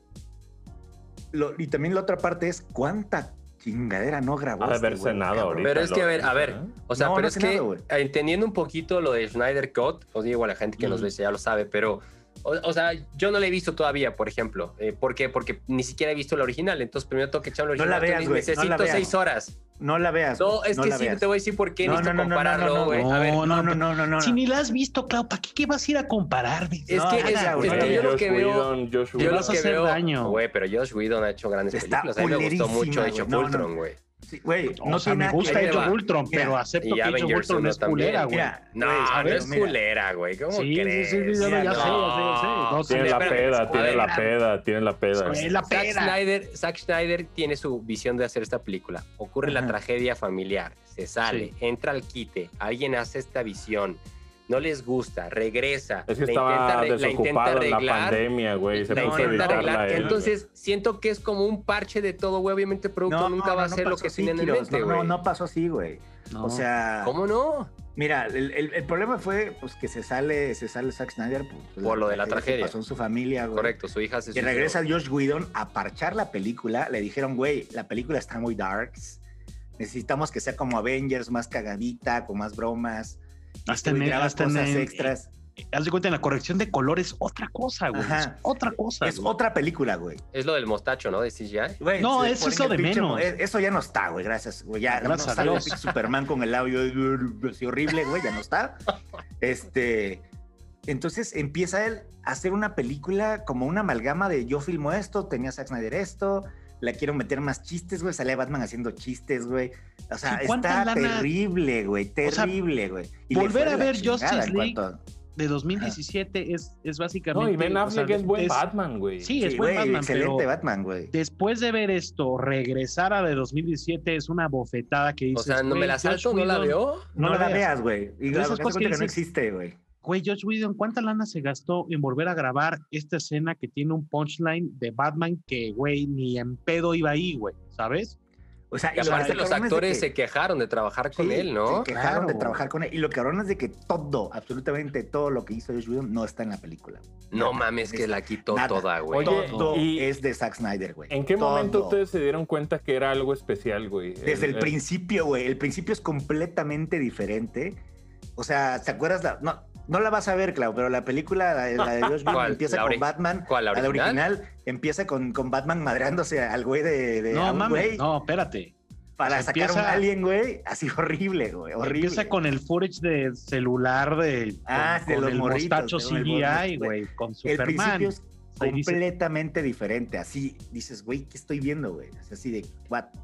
Lo, y también la otra parte es, ¿cuánta chingadera no grabó? Ha de este haberse güey, nada cabrón? ahorita. Pero es que, a ver, a ver, ¿eh? o sea, No, pero no es sé que nada, güey. entendiendo un poquito lo de Snyder Cut, os digo a la gente que Mm. nos ve ya lo sabe, pero, o, o sea, yo no la he visto todavía, por ejemplo. Eh, ¿Por qué? Porque ni siquiera he visto la original, entonces primero tengo que echar la No original. la veas, entonces güey, no necesito la veas. seis horas. No la veas. No, güey, es no que la sí, veas. te voy a decir por qué No, necesito no, no, no, compararlo, no, no, güey. no, A ver, no, No, no, no, no, no. Si ni la has visto, Clau, ¿para qué, qué vas a ir a comparar? Güey? es No, que, es, nada, güey. es que yo lo Josh que veo... Whedon, Josh Yo Whedon. lo vas a que hacer veo... daño. Güey, pero Josh Whedon ha hecho grandes Está películas. A mí me gustó culerísima, mucho Age güey. of No, no. Ultron, güey. Sí, güey, O no sea, tiene me nada gusta que Ahí Age te of va. Ultron, Mira, pero acepto y que Age of Avengers Ultron uno es culera, también. güey. Mira, No, güey, no ¿sabes? es Mira. culera, güey. ¿Cómo Sí, crees? sí, sí, sí, ya, Mira, ya sé, ya sé, ya sé. No, Tiene sí, la espérame, peda, a tiene ver, la peda, tiene la peda. Es la Zack peda. Snyder, Zack Snyder tiene su visión de hacer esta película. Ocurre Ajá. la tragedia familiar, se sale, Sí. entra al quite, alguien hace esta visión, no les gusta, regresa, Es que la estaba intenta, re- la intenta desocupado en la arreglar, pandemia, güey. Se la puso a intenta editarla arreglar. él. Entonces, siento que es como un parche de todo, güey. Obviamente el producto nunca va a ser lo pasó que así, tienen en Quiroz. mente, No, güey. no, no pasó así, güey. No. O sea, ¿Cómo no? mira, el, el, el problema fue pues que se sale, se sale Zack Snyder pues, Por lo de la que tragedia. pasó en su familia, güey. Correcto, su hija se Y suicidó. regresa Josh Whedon a parchar la película. Le dijeron, güey, la película está muy darks. Necesitamos que sea como Avengers, más cagadita, con más bromas. Y Hasta tú en el- grabas hasta en cosas el- extras. Haz de cuenta, en la corrección de colores, otra cosa, güey. Ajá. Es otra cosa. Es güey. otra película, güey. Es lo del mostacho, ¿no? De C G I. Güey, No, se eso ponen es lo el de pinche menos. mo- eh, Eso ya no está, güey, gracias. Güey, ya Gracias no a sale el Dios. pinche Superman con el audio así horrible, güey, ya no está. Este, entonces empieza él a hacer una película como una amalgama de yo filmo esto, tenía Zack Snyder esto, le quiero meter más chistes, güey, sale Batman haciendo chistes, güey. O sea, Sí, ¿cuánta está lana? terrible, güey, O sea, terrible, güey. Y le volver fue de a la ver chingada Justice en League cuanto- de dos mil diecisiete es, es básicamente... No, y Ben o sea, Affleck es buen es- Batman, güey. Sí, es Sí, buen güey, Batman, excelente pero Batman, güey. después de ver esto, regresar a de dos mil diecisiete es una bofetada que dices... O sea, ¿no güey, me la Josh salto? ¿No la Whedon- veo? No, no la la veas, güey. Y Pero la esas verdad cosas que que no dices- existe, güey. Güey, Josh Whedon, ¿cuánta lana se gastó en volver a grabar esta escena que tiene un punchline de Batman que, güey, ni en pedo iba ahí, güey, ¿sabes? O sea, Y lo aparte que los cabrón es de actores que- se quejaron de trabajar con Sí, él, ¿no? Se quejaron de Claro. trabajar con él. Y lo cabrón es de que todo, absolutamente todo lo que hizo Josh Whedon no está en la película. No Nada. mames que Es- la quitó nada. toda, güey. Oye, Todo y- es de Zack Snyder, güey. ¿En qué momento Todo. ustedes se dieron cuenta que era algo especial, güey? Desde el, principio, güey. El principio es completamente diferente. O sea, ¿te acuerdas? La... No, no la vas a ver, Clau, pero la película, la, la de Josh Whedon, ¿Cuál? empieza ¿La con ori- Batman. ¿Cuál, la La de original? original empieza con, con Batman madreándose al güey de, de a No, un mames, güey no, espérate. para o sea, sacar empieza- un alien, güey. Así horrible, güey. Horrible. Empieza con el footage de celular de, Ah, con, de con los el morritos, mostacho de- C el G I, morrito, güey, con El Superman. principio es Ahí dice- completamente diferente. Así dices, güey, ¿qué estoy viendo, güey? Es así de, what?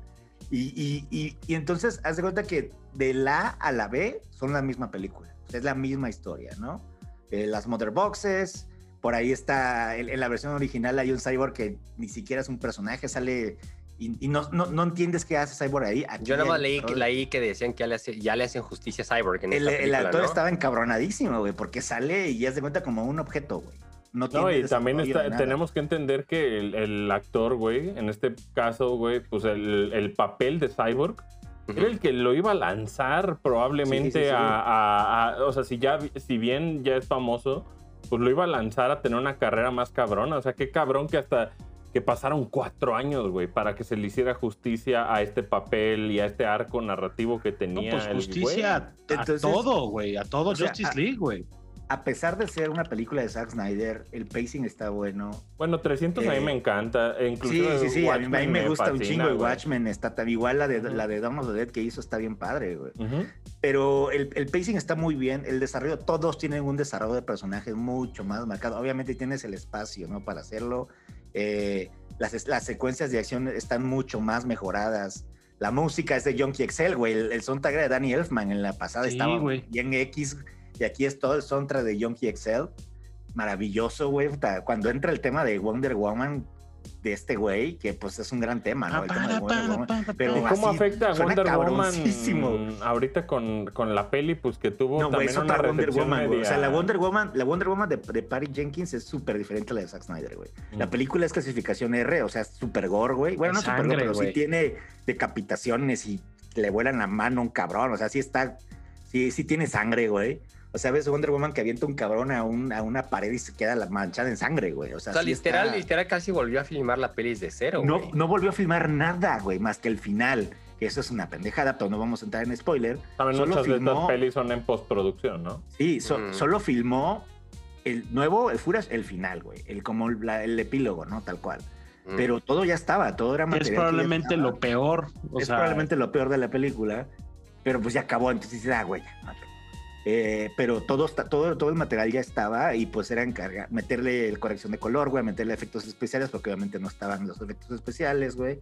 Y, y, y, y entonces, haz de cuenta que de la A a la B son la misma película. O sea, es la misma historia, ¿no? Eh, las Mother Boxes, por ahí está, en, en la versión original hay un cyborg que ni siquiera es un personaje, sale y, y no, no, no entiendes qué hace Cyborg ahí. Aquí Yo nada más el, leí, que, leí que decían que ya le, hace, ya le hacen justicia a Cyborg en el, esta película, el actor ¿no? estaba encabronadísimo, güey, porque sale y ya se cuenta como un objeto, güey. No, No, tiene y también desarrollo está, de nada. tenemos que entender que el, el actor, güey, en este caso, güey, pues el, el papel de Cyborg Ujú. era el que lo iba a lanzar probablemente Sí, sí, sí. A, a- a- o sea, si ya, si bien ya es famoso, pues lo iba a lanzar a tener una carrera más cabrona. O sea, qué cabrón que hasta que pasaron cuatro años, güey, para que se le hiciera justicia a este papel y a este arco narrativo que No, tenía. pues el justicia a, a Entonces, todo, güey, a todo o sea, Justice a- League, güey. A pesar de ser una película de Zack Snyder, el pacing está bueno. güey. Bueno, trescientos a mí Eh, me encanta. e Sí, inclusive sí, sí, a mí, a mí Watchmen me gusta un fascina, chingo. Y güey. Watchmen está tan igual, la de, Ujú. la de Dawn of the Dead que hizo está bien padre, güey. Ujú. Pero el, el pacing está muy bien, el desarrollo, todos tienen un desarrollo de personajes mucho más marcado. Obviamente tienes el espacio, ¿no? Para hacerlo. Eh, las, las secuencias de acción están mucho más mejoradas. La música es de Junkie X L, güey. El, el soundtrack era de Danny Elfman. En la pasada Sí, estaba güey. bien X. Y aquí es todo el soundtrack de Junkie X L. Maravilloso, güey. Cuando entra el tema de Wonder Woman de este güey, que pues es un gran tema, ¿no? El tema de Wonder Woman. Pero ¿Y cómo así, afecta a suena Wonder Woman cabroncísimo. ahorita con, con la peli, pues que tuvo No, güey, también es una otra Wonder recepción Woman, güey. O sea, media- la Wonder Woman, la Wonder Woman de, de Patty Jenkins es súper diferente a la de Zack Snyder, güey. La Mm. película es clasificación R, o sea, es súper gore, güey. Bueno, no Es súper gore, sangre, pero sí güey. tiene decapitaciones y le vuelan la mano a un cabrón. O sea, sí está, sí, sí tiene sangre, güey. O sea, ves Wonder Woman que avienta un cabrón a, un, a una pared y se queda la manchada en sangre, güey. O sea, O sea, sí literal, está- literal casi volvió a filmar la peli de cero, no, güey. no volvió a filmar nada, güey, más que el final. Que eso es una pendejada, pero no vamos a entrar en spoiler. También Solo muchas de filmó- estas pelis son en postproducción, ¿no? Sí, so- Mm. solo filmó el nuevo, el Furious, el final, güey. El, como la- el epílogo, ¿no? Tal cual. Mm. Pero todo ya estaba, todo era Es material. que ya probablemente estaba. lo peor. O es sea, probablemente lo peor de la película, pero pues ya acabó, entonces dices, ah, güey, ya, no te- Eh, pero todo, está, todo, todo el material ya estaba y pues era encargar, meterle el corrección de color, güey, meterle efectos especiales, porque obviamente no estaban los efectos especiales, güey.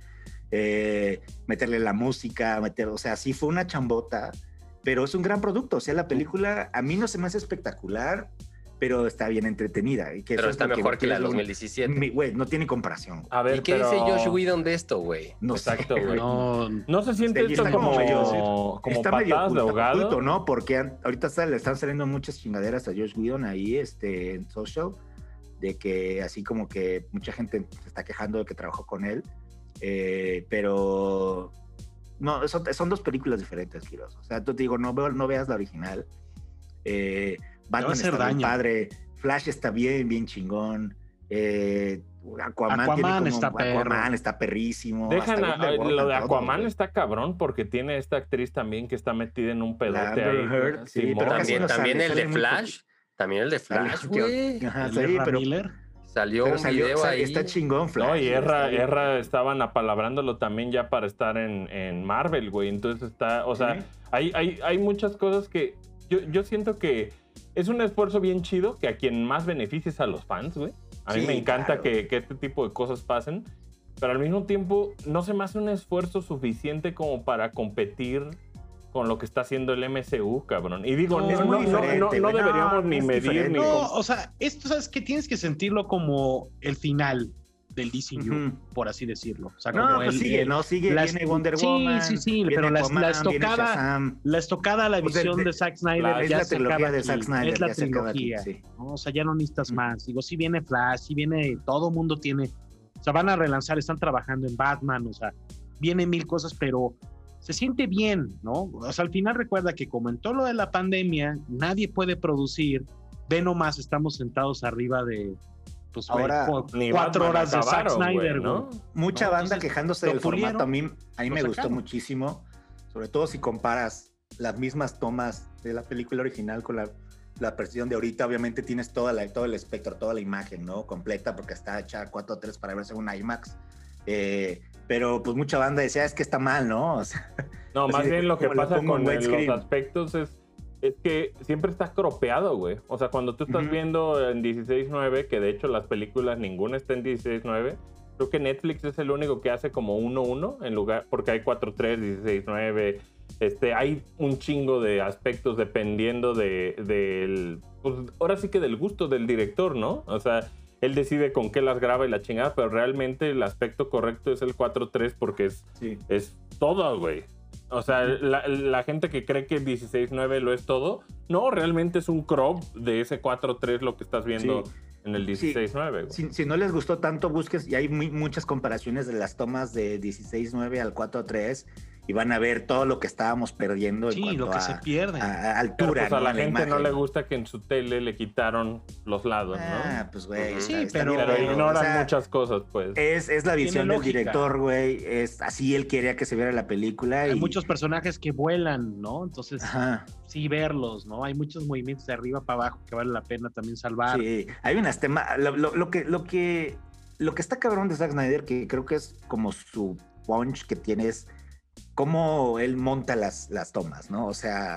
Eh, meterle la música, meter, o sea, sí fue una chambota, pero es un gran producto. O sea, la película a mí no se me hace espectacular, pero está bien entretenida. Y que Pero eso es está lo mejor que la es del lo- dos mil diecisiete. Mi- Güey, no tiene comparación. güey. A ver, ¿Y qué pero... dice Josh Whedon de esto, güey? No sé. Exacto, güey. no, ¿No se siente Está- esto está como, como medio- como Está medio patadas de oculto, ahogado? oculto, ¿no? Porque an- ahorita está- le están saliendo muchas chingaderas a Josh Whedon ahí este, en social, de que así como que mucha gente se está quejando de que trabajó con él, eh, pero no, son, son dos películas diferentes, Quiroz. O sea, tú te digo, no, veo- no veas la original. Eh, Batman hacer está bien daño. padre, Flash está bien, bien chingón. Eh, Aquaman, Aquaman tiene como- está perro. Aquaman está perrísimo. Dejan hasta a- Wonder Woman, lo de todo, Aquaman güey. está cabrón porque tiene esta actriz también que está metida en un pedote Amber ahí. Heard, sí, Simón. pero casi También, no también sale, el sale de muy Flash. También el de Flash, Sale- güey. Ajá, el sí, Ezra pero, Miller. Salió pero un salió, video o sea, ahí. está chingón, Flash. No, y está Erra, bien. Erra estaban apalabrándolo también ya para estar en, en Marvel, güey. Entonces está, o sea, Sí. hay, hay, hay muchas cosas que yo, yo siento que es un esfuerzo bien chido que a quien más beneficia es a los fans, güey. A mí Sí, me encanta claro. que, que este tipo de cosas pasen, pero al mismo tiempo no se me hace un esfuerzo suficiente como para competir con lo que está haciendo el M C U, cabrón. Y digo, No, no, es no, muy no, no, diferente, no güey. No, deberíamos ni es medir diferente. ni... No, com- o sea, esto sabes que tienes que sentirlo como el final del D C U, Ujú. por así decirlo. O sea, No, como pues el- sigue, el- ¿no? Sigue, las- viene Wonder sí, Woman. sí, sí, viene pero la- la Aquaman, viene estocada- Shazam. La estocada, la Pues de- visión de, de- Zack Snyder la- es ya la se trilogía acaba de aquí. Zack Snyder, Es la ya se acaba aquí, trilogía. sí. ¿no? O sea, ya no necesitas Ujú. más. Digo, si viene Flash, si viene, todo mundo tiene, o sea, van a relanzar, están trabajando en Batman, o sea, vienen mil cosas, pero se siente bien, ¿no? O sea, al final recuerda que como en todo lo de la pandemia, nadie puede producir, ve nomás, estamos sentados arriba de, pues, güey, Ahora, cu- Ni cuatro Batman horas de Zack acabaron, güey, Snyder, ¿no? güey. Mucha No, banda entonces, quejándose lo del pulieron, formato. A mí, a mí lo me gustó sacaron. muchísimo, sobre todo si comparas las mismas tomas de la película original con la, la versión de ahorita. Obviamente tienes toda la, todo el espectro, toda la imagen, ¿no? Completa, porque está hecha cuatro tres para verse en un IMAX. Eh, pero pues mucha banda decía, es que está mal, ¿no? O sea, No, Así más de bien que lo que como lo pasa pongo en con el- widescreen. los aspectos es, es que siempre está cropeado, güey. O sea, cuando tú estás Ujú. viendo en dieciséis nueve, que de hecho las películas ninguna está en dieciséis nueve, Creo que Netflix es el único que hace como uno uno en lugar, porque hay cuatro tres, dieciséis nueve. Este, hay un chingo de aspectos dependiendo de, del, pues ahora sí que del gusto del director, ¿no? O sea, él decide con qué las graba y la chingada, pero realmente el aspecto correcto es el cuatro tres porque es, Sí. es todo, güey. O sea, la, la gente que cree que el dieciséis nueve lo es todo, no, realmente es un crop de ese cuatro tres lo que estás viendo Sí. en el dieciséis nueve, güey. Si, si no les gustó tanto, busques, y hay muy, muchas comparaciones de las tomas de dieciséis nueve al cuatro tres y van a ver todo lo que estábamos perdiendo en Sí, cuanto lo que a, se pierde. a- a Pero altura. pues a ¿no? la En gente no imagen. le gusta que en su tele le quitaron los lados, ¿no? Ah, pues güey. Ujú. está- Sí, está pero- bien, Pero güey, ignoran o sea, muchas cosas, pues. Es, es la visión del lógica. director, güey. Es así él quería que se viera la película. Hay y... muchos personajes que vuelan, ¿no? Entonces, Ajá. sí verlos, ¿no? Hay muchos movimientos de arriba para abajo que vale la pena también salvar. Sí, hay unas temas. Lo, lo- lo que, lo, que, lo que está cabrón de Zack Snyder, que creo que es como su punch que tiene, es cómo él monta las, las tomas, ¿no? O sea,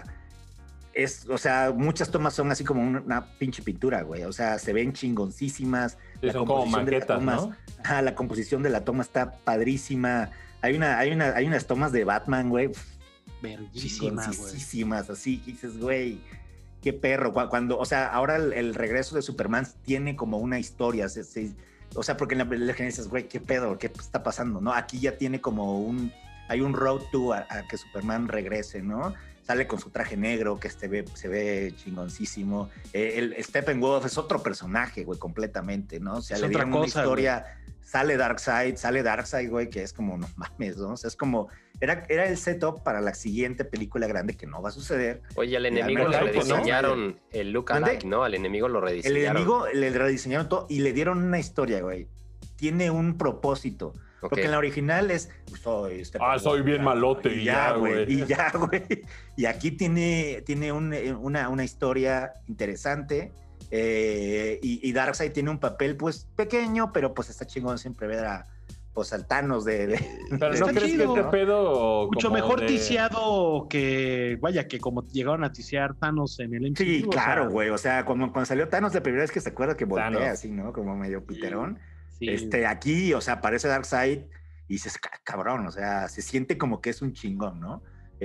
es, o sea, muchas tomas son así como una, una pinche pintura, güey. O sea, se ven chingoncísimas. Sí, la son como composición de las maquetas, tomas- ¿no? Ajá, la composición de la toma está padrísima. Hay, una, hay, una, hay unas tomas de Batman, güey. Verguísima, güey. Chingoncísimas, así, y dices, güey, qué perro. Cu- Cuando, o sea, ahora el, el regreso de Superman tiene como una historia, se- se- o sea, porque en la película dices, güey, qué pedo, qué está pasando, ¿no? Aquí ya tiene como un, hay un road to a, a que Superman regrese, ¿no? Sale con su traje negro, que este ve, se ve chingoncísimo. Eh, el Steppenwolf es otro personaje, güey, completamente, ¿no? O sea, Es le otra dieron una cosa, historia, sale Darkseid, sale Darkseid, güey, que es como, no mames, ¿no? O sea, es como, era, era el setup para la siguiente película grande que no va a suceder. Oye, al Ya, enemigo no, le no, rediseñaron el look ¿Mande? alike, ¿no? Al enemigo lo El rediseñaron. enemigo le rediseñaron todo y le dieron una historia, güey. Tiene un propósito. Ok. Porque en la original es, soy este Ah, soy bien malote y ya, güey. Y ya, güey. Y aquí tiene, tiene un- una, una historia interesante. eh, y, y Darkseid tiene un papel, pues, pequeño, pero pues está chingón siempre ver a, pues, al Thanos de... de- Pero de- ¿no Está crees chido, que este ¿no? pedo Mucho como mejor de- ticiado que, vaya, que como llegaron a ticiar Thanos en el M C U. Sí, o sea, claro, güey. O sea, cuando, cuando salió Thanos la primera vez que se acuerda que voltea Thanos. así, ¿no? Como medio piterón. sí. Este, aquí, o sea, aparece Darkseid y dices, "Ca- cabrón, o sea, se siente como que es un chingón, ¿no?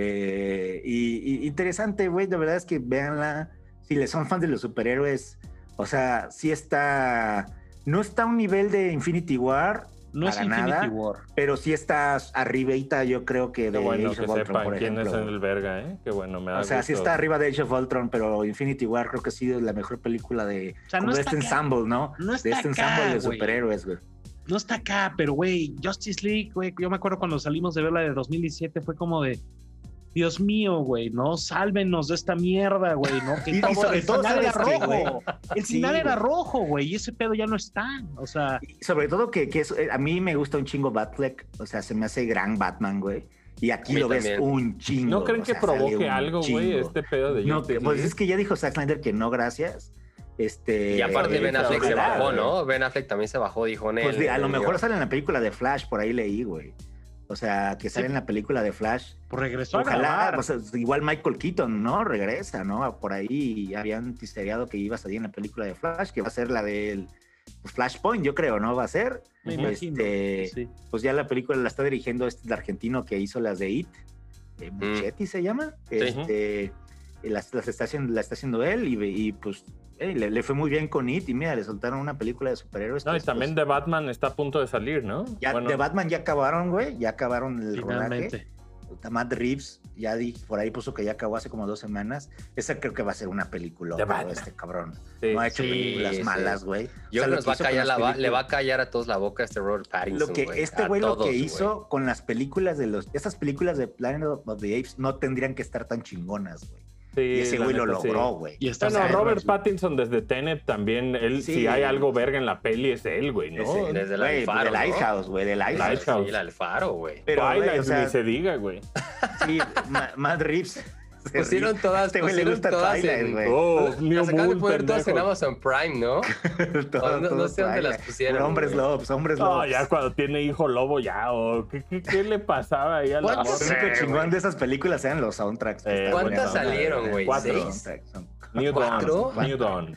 Eh, y, y interesante, güey, de verdad es que véanla, si les son fans de los superhéroes, o sea, sí está, no está a un nivel de Infinity War, no es para Infinity nada, War. pero sí está arribita, yo creo que Qué de bueno Age que of Ultron, sepan por quién ejemplo. es el verga, ¿eh? Qué bueno, me da O sea, sí gusto. está arriba de Age of Ultron, pero Infinity War creo que ha sido la mejor película de, O sea, como no de está este acá. ensemble, ¿no? No De está este acá, ensemble de güey. superhéroes, güey. No está acá, pero güey, Justice League, güey, yo me acuerdo cuando salimos de ver la de dos mil diecisiete, fue como de, Dios mío, güey, ¿no? Sálvenos de esta mierda, güey, ¿no? Que Y- y todo- sobre el todo, final era ¿sabes qué, güey? rojo. El Sí, final era güey. rojo, güey, y ese pedo ya no está. O sea, Y sobre todo que, que es- a mí me gusta un chingo Batfleck, o sea, se me hace gran Batman, güey. Y aquí A mí lo ves también. un chingo. ¿No creen o que sea, sale provoque un algo, güey, chingo. este pedo de No, Justice pues League? es que ya dijo Zack Snyder que no, gracias. Este, Y aparte Ben Affleck se ojalá, bajó, güey. ¿no? Ben Affleck también se bajó, dijo Nel. Pues de- a lo mejor sale en la película de Flash, por ahí leí, güey. O sea, que sale en la película de Flash. pues regresó a Ojalá, grabar. o sea, igual Michael Keaton, ¿no? Regresa, ¿no? Por ahí habían tistereado que iba a salir en la película de Flash, que va a ser la del Flashpoint, yo creo, ¿no? Va a ser. Me imagino. Este, Sí. Pues ya la película la está dirigiendo este el argentino que hizo las de It, eh, Muchetti se llama. Este, y las, las está haciendo, la está haciendo él y, y pues eh, le, le fue muy bien con It y mira, le soltaron una película de superhéroes. No, y pues, también pues, de Batman está a punto de salir, ¿no? ya, Bueno, de Batman ya acabaron, güey, ya acabaron el rodaje. Finalmente. Matt Reeves ya di, por ahí puso que ya acabó hace como dos semanas. Esa creo que va a ser una película, De pero Batman. este cabrón. sí. No ha hecho Sí, películas sí. malas, güey. Yo O sea, creo lo que nos va a hizo con callar las la, va- le películas- va a callar a todos la boca a este Robert Pattinson. Lo que güey, este a güey lo todos, que güey. hizo con las películas de los, esas películas de Planet of the Apes no tendrían que estar tan chingonas, güey. Sí, Y ese la güey lo neta, sí. logró, güey. Y está Bueno, O sea, Robert güey, Pattinson desde Tenet también, él, Sí. si hay algo verga en la peli es él, güey, ¿no? ese- Desde la güey, del Faro, del ¿no? Lighthouse, güey, del Lighthouse. Lighthouse. Sí, la del Faro, güey. Pero, güey, Twilight, o sea, ni se diga, güey. sí, Ma- Matt Reeves. se Pusieron ríe. todas, Este güey le pusieron gusta todas Twilight, en- güey. Oh, New Las acaban de Moon, poner todas en pendejo. Amazon Prime, ¿no? Todo- no- no todo sé dónde las Twilight. pusieron, Puro hombres güey. lobos, hombres No, lobos. ya cuando tiene hijo lobo ya, o ¿qué, qué, qué le pasaba ahí a la ¿Cuántos Lo morra? único chingón de esas películas eran los soundtracks. que Eh, estaban ¿Cuántas buenos, salieron, güey? Cuatro. ¿Seis? Soundtracks son- New ¿Cuatro? Dawn, New Dawn.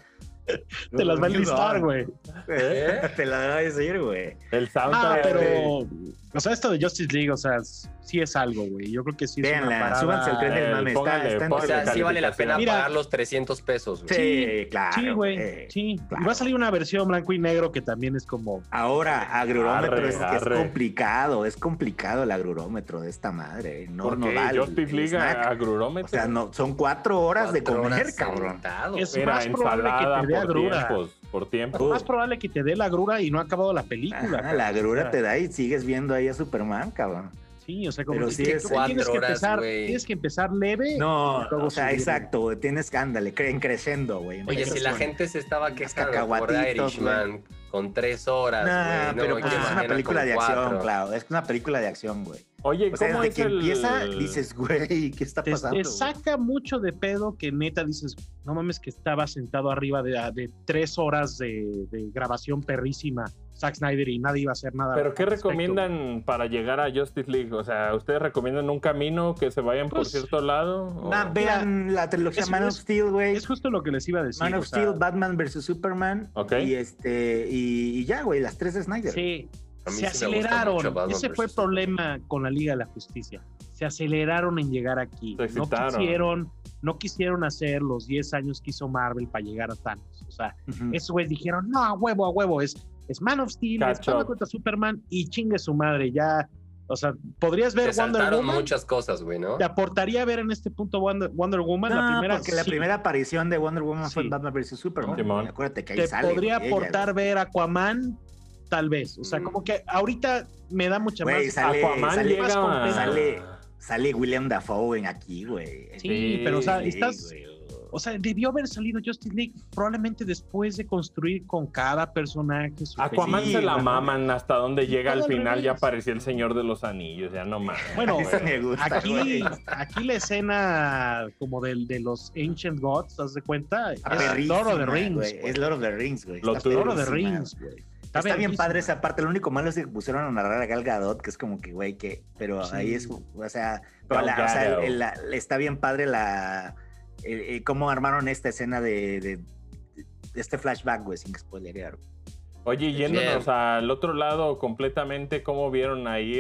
Te las va a enlistar, güey. ¿Eh? Te las va a decir, güey. El soundtrack. Ah, pero, güey. o sea, esto de Justice League, o sea, sí es algo, güey. Yo creo que sí es una Véanla, parada. súbanse al tren del Eh, mame. Está, póngale, está en O póngale sea, sí vale la pena Mira. pagar los trescientos pesos, güey. Sí, claro. Sí, güey, güey. sí. claro. Y va a salir una versión blanco y negro que también es como... Ahora, agrurómetro Arre, es, que es arre. complicado, es complicado el agrurómetro de esta madre. No, ¿Por no qué? da el- Justice el League snack. agrurómetro. O sea, no, son cuatro horas de Cuatro comer, horas cabrón. sentado, Es güey. Era más probable que ensalada te dé por agrura. tiempos, por tiempo. Es más probable que te dé la grura y no ha acabado la película. Ajá, la cabrón. agrura O sea, te da y sigues viendo ahí a Superman, cabrón. Sí, o sea, como Pero que, sí que es- creo que tienes Cuatro que horas, empezar, güey. tienes que empezar leve. No, y luego o sea, subir. exacto, tienes que, ándale, cre- en creciendo, güey. en Oye, si la creciendo. gente se estaba Unos quejando por cacahuatitos, Irishman con tres horas, Nah, güey. No, pero pues ¿qué es una imaginas película con de acción, cuatro? claro. Es una película de acción, güey. Oye, O sea, ¿cómo desde es que el... empieza, dices, güey, ¿qué está Te, pasando? te güey? saca mucho de pedo que neta dices, no mames que estaba sentado arriba de, de tres horas de, de grabación perrísima Zack Snyder y nadie iba a hacer nada. ¿Pero al qué respecto, recomiendan para llegar a Justice League? O sea, ¿ustedes recomiendan un camino que se vayan por Pues, cierto lado? ¿O- Nah, vean la trilogía es- Man of es- Steel, güey. Es justo lo que les iba a decir. Man o of sea, Steel, Batman versus Superman. Ok. Y este, y, y ya, güey, las tres de Snyder. Sí, A mí se sí me gusta aceleraron. mucho Batman Ese fue el versus problema con la Liga de la Justicia. Se aceleraron en llegar aquí. Se No excitaron. quisieron, no quisieron hacer los diez años que hizo Marvel para llegar a Thanos. O sea, Ujú. esos güeyes dijeron, no, a huevo, a huevo, es, es Man of Steel, Catch es Batman up. contra Superman y chingue su madre, ya, o sea, podrías ver Se Wonder saltaron Woman, muchas cosas, güey, ¿no? te aportaría ver en este punto Wonder, Wonder Woman, No, la primera, porque la sí. primera aparición de Wonder Woman fue Sí. en Batman versus Superman. Simón. güey. Acuérdate que ahí te sale. podría güey, ella, aportar güey. ver Aquaman, tal vez, o sea, Mm. como que ahorita me da mucha Güey, más... sale, Aquaman sale, llega a... sale, sale William Dafoe en aquí, güey. Sí, pero o sea, Sí, estás... güey. O sea, debió haber salido Justice League probablemente después de construir con cada personaje su Aquaman Sí, se la güey. maman hasta donde llega todo al al final, revés. ya aparecía el Señor de los Anillos, ya no más. Bueno, Eso me gusta, aquí, güey. aquí la escena como del, de los Ancient Gods, ¿te das de cuenta? Está Es perrísima, Lord of the Rings. güey. güey. Es Lord of the Rings, güey. Lo Está tuvo. Lord of the perrísima. Rings, güey. Está, bien verguísima. padre esa parte. Lo único malo es que pusieron a narrar a Gal Gadot, que es como que, güey, que. Pero Sí. ahí es. O sea, pero Gal la- o sea, Gadot. el- la- está bien padre la. el- el cómo armaron esta escena de, de, de este flashback, güey, sin spoilerear. Oye, yéndonos Bien. al otro lado completamente, ¿cómo vieron ahí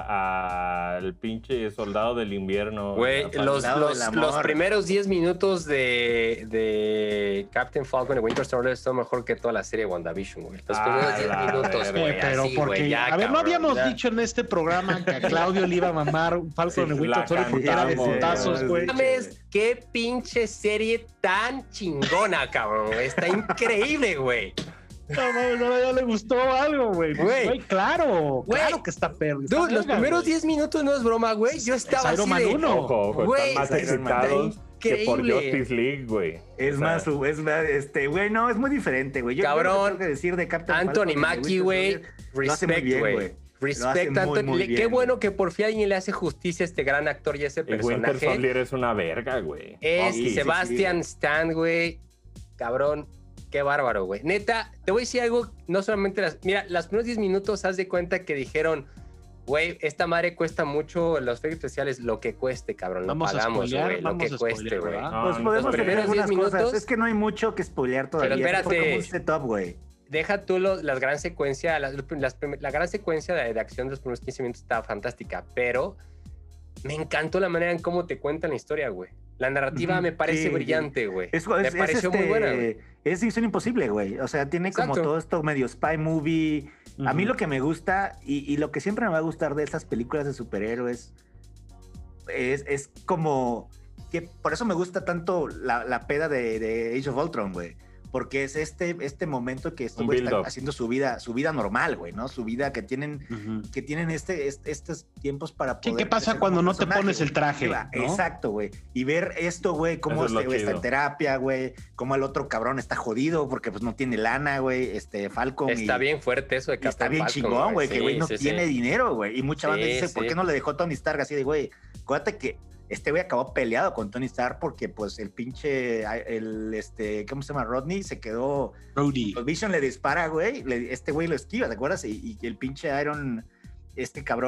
a- al pinche soldado del invierno? Güey, La los, Soldado los, del los amor. primeros diez minutos de, de Captain Falcon y Winter Soldier son mejor que toda la serie de WandaVision, güey. Los Ah, primeros diez la minutos, verga. güey. Eh, pero así, porque, güey, ya, a ver, no cabrón, habíamos ya. dicho en este programa que a Claudio le iba a mamar un Falcon Sí, de Winter la Soldier porque era de cantamos, putazos, güey. güey. No mames, qué pinche serie tan chingona, cabrón. güey. Está increíble, güey. No mames, ahora ya le gustó algo, güey. Güey. Güey, claro, Güey. claro que está perro. está Dude, los verga, primeros güey. diez minutos no es broma, güey. Yo estaba Iron así Man de... uno. Ojo, ojo, Güey, están más está excitados que por increíble. Justice League, güey. Es O sea, más, su- es más, este, güey, no, es muy diferente, güey. Yo- yo lo que Cabrón, tengo que decir de Captain Falcon Anthony y de Mackie, Winter güey. Soldier, lo hace muy Respect, bien, güey. güey. Lo hace Respect, muy, Anthony. muy Le- bien, Qué bueno güey. que por fin alguien le hace justicia a este gran actor y a ese Y Winter personaje. Soldier es una verga, güey. Es Sí, sí, Sebastian sí. Stan, güey. Cabrón, qué bárbaro, güey. Neta, te voy a decir algo, no solamente las... Mira, los primeros diez minutos, haz de cuenta que dijeron, güey, esta madre cuesta mucho, los efectos especiales, lo que cueste, cabrón, lo Vamos a pagamos, spoilear, güey, lo vamos que a cueste, spoilear, güey. ¿verdad? No, Pues no, podemos los decir primeros algunas diez cosas. minutos- Es que no hay mucho que spoilear todavía. Pero Esto fue espérate. como un setup, güey. Deja tú lo- la gran secuencia, la, las prim- la gran secuencia de, de acción de los primeros quince minutos está fantástica, pero me encantó la manera en cómo te cuentan la historia, güey. La narrativa Ujú, me parece sí, brillante, güey. Es, Me es- es pareció muy este- buena, güey. Es Misión Imposible, güey. O sea, tiene como Exacto. todo esto medio spy movie. A mí Ujú. lo que me gusta y, y lo que siempre me va a gustar de esas películas de superhéroes es, es como que por eso me gusta tanto la, la peda de, de Age of Ultron, güey. Porque es este, este momento que estos Un güeyes están build-up. haciendo su vida, su vida normal, güey, ¿no? Su vida que tienen, Ujú. que tienen este, este- estos tiempos para Sí, poder ¿qué pasa crecer cuando como no te personaje, pones el güey? traje, Va, no? Exacto, güey. Y ver esto, güey, cómo Eso es lo este güey está en chido. terapia, güey, cómo el otro cabrón está jodido porque pues no tiene lana, güey, este Falcon. Está y- bien fuerte eso de y Captain está bien Falcon, chingón, güey, que Sí, güey no sí, sí. tiene dinero, güey. Y mucha banda Sí, dice, ¿por sí. qué no le dejó Tony Stark así de, güey? Acuérdate que este güey acabó peleado con Tony Stark porque pues el pinche, el, este, ¿cómo se llama? Rodney se quedó, Brody. pues Vision le dispara, güey, le- este güey lo esquiva, ¿te acuerdas? Y, y el pinche Iron, este cabrón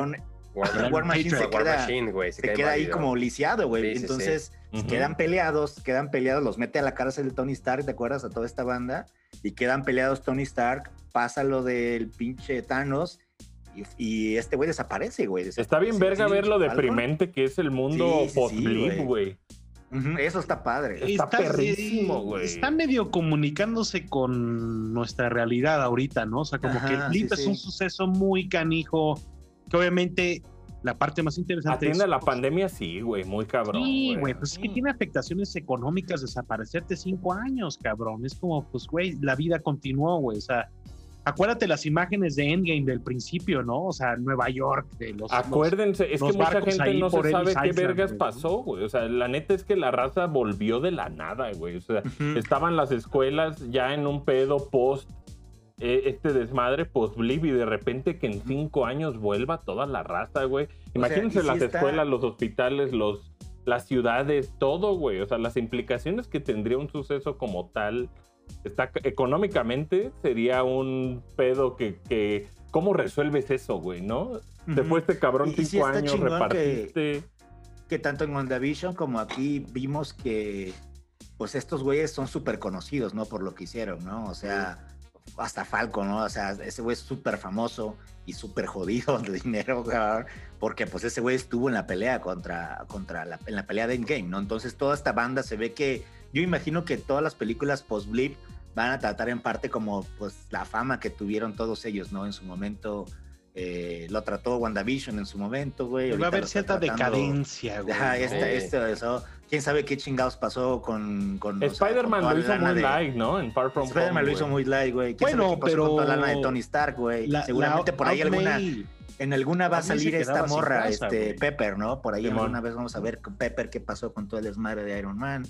War, War Machine se War queda, Machine, güey, se queda ahí inválido. como lisiado, güey. Sí, sí, Entonces sí. Uh-huh. quedan peleados, quedan peleados, los mete a la cárcel de Tony Stark, ¿te acuerdas? A toda esta banda. Y quedan peleados Tony Stark, pasa lo del pinche Thanos y, y este güey desaparece, güey. Está Desaparece. bien verga Sí, ver lo Falcon. deprimente que es el mundo Sí, sí, sí, post-blip, güey. güey. Ujú, eso está padre. Está perrísimo, güey. Está medio comunicándose con nuestra realidad ahorita, ¿no? O sea, como Ajá, que el blip sí, es sí. un suceso muy canijo, que obviamente la parte más interesante Atiende a es... la pandemia, sí, güey, muy cabrón. Sí, güey, pues es que Mm. tiene afectaciones económicas desaparecerte cinco años, cabrón. Es como, pues, güey, la vida continuó, güey. O sea, acuérdate las imágenes de Endgame del principio, ¿no? O sea, Nueva York, de los... Acuérdense, es que los mucha barcos gente ahí no por se sabe Ellis qué Island, vergas güey. pasó, güey. O sea, la neta es que la raza volvió de la nada, güey. O sea, Ujú. estaban las escuelas ya en un pedo post eh, este desmadre post blip y de repente que en cinco años vuelva toda la raza, güey. Imagínense y sí las está- escuelas, los hospitales, los las ciudades, todo, güey. O sea, las implicaciones que tendría un suceso como tal, está económicamente sería un pedo que, que ¿cómo resuelves eso, güey? ¿No? Se Ujú. fue este cabrón Y- y sí cinco está años, chingón que- repartiste. Que tanto en WandaVision como aquí vimos que pues estos güeyes son súper conocidos, ¿no? Por lo que hicieron, ¿no? O sea, hasta Falcon, ¿no? O sea, ese güey es súper famoso y súper jodido de dinero, cabrón, porque pues ese güey estuvo en la pelea contra, contra la, en la pelea de Endgame, ¿no? Entonces toda esta banda se ve que, yo imagino que todas las películas post-blip van a tratar en parte como pues la fama que tuvieron todos ellos, ¿no? En su momento, eh, lo trató WandaVision en su momento, güey. Va a ahorita haber lo está cierta tratando- decadencia, güey. Ajá, ¿no? esta, Sí. esto, eso. ¿Quién sabe qué chingados pasó con... con o sea, Spider-Man con toda lo la hizo lana muy de- light, ¿no? En Far From Spider-Man Home, lo hizo güey. muy light, güey. ¿Quién Bueno, sabe qué pasó pero con toda la lana de Tony Stark, güey? La- Seguramente la por ahí alguna... Outlay- En alguna va a Outlay se salir esta quedaba sin morra, casa, este, güey. Pepper, ¿no? Por ahí Simón. alguna vez vamos a ver con Pepper qué pasó con todo el desmadre de Iron Man.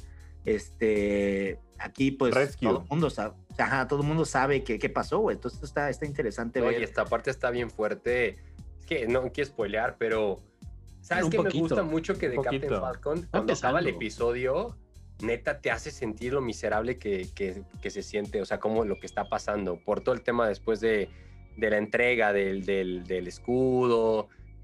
Este, aquí pues Rescue. todo el mundo sabe, ajá, todo el mundo sabe qué, qué pasó, güey. Entonces está, está interesante Oye, ver. esta parte está bien fuerte. Es que no quiero spoilear, pero ¿sabes Un qué me poquito. gusta mucho que de Un Captain poquito. Falcon? Cuando acaba el empezando. episodio, neta te hace sentir lo miserable que, que, que se siente, o sea, como lo que está pasando, por todo el tema después de, de la entrega del, del, del escudo,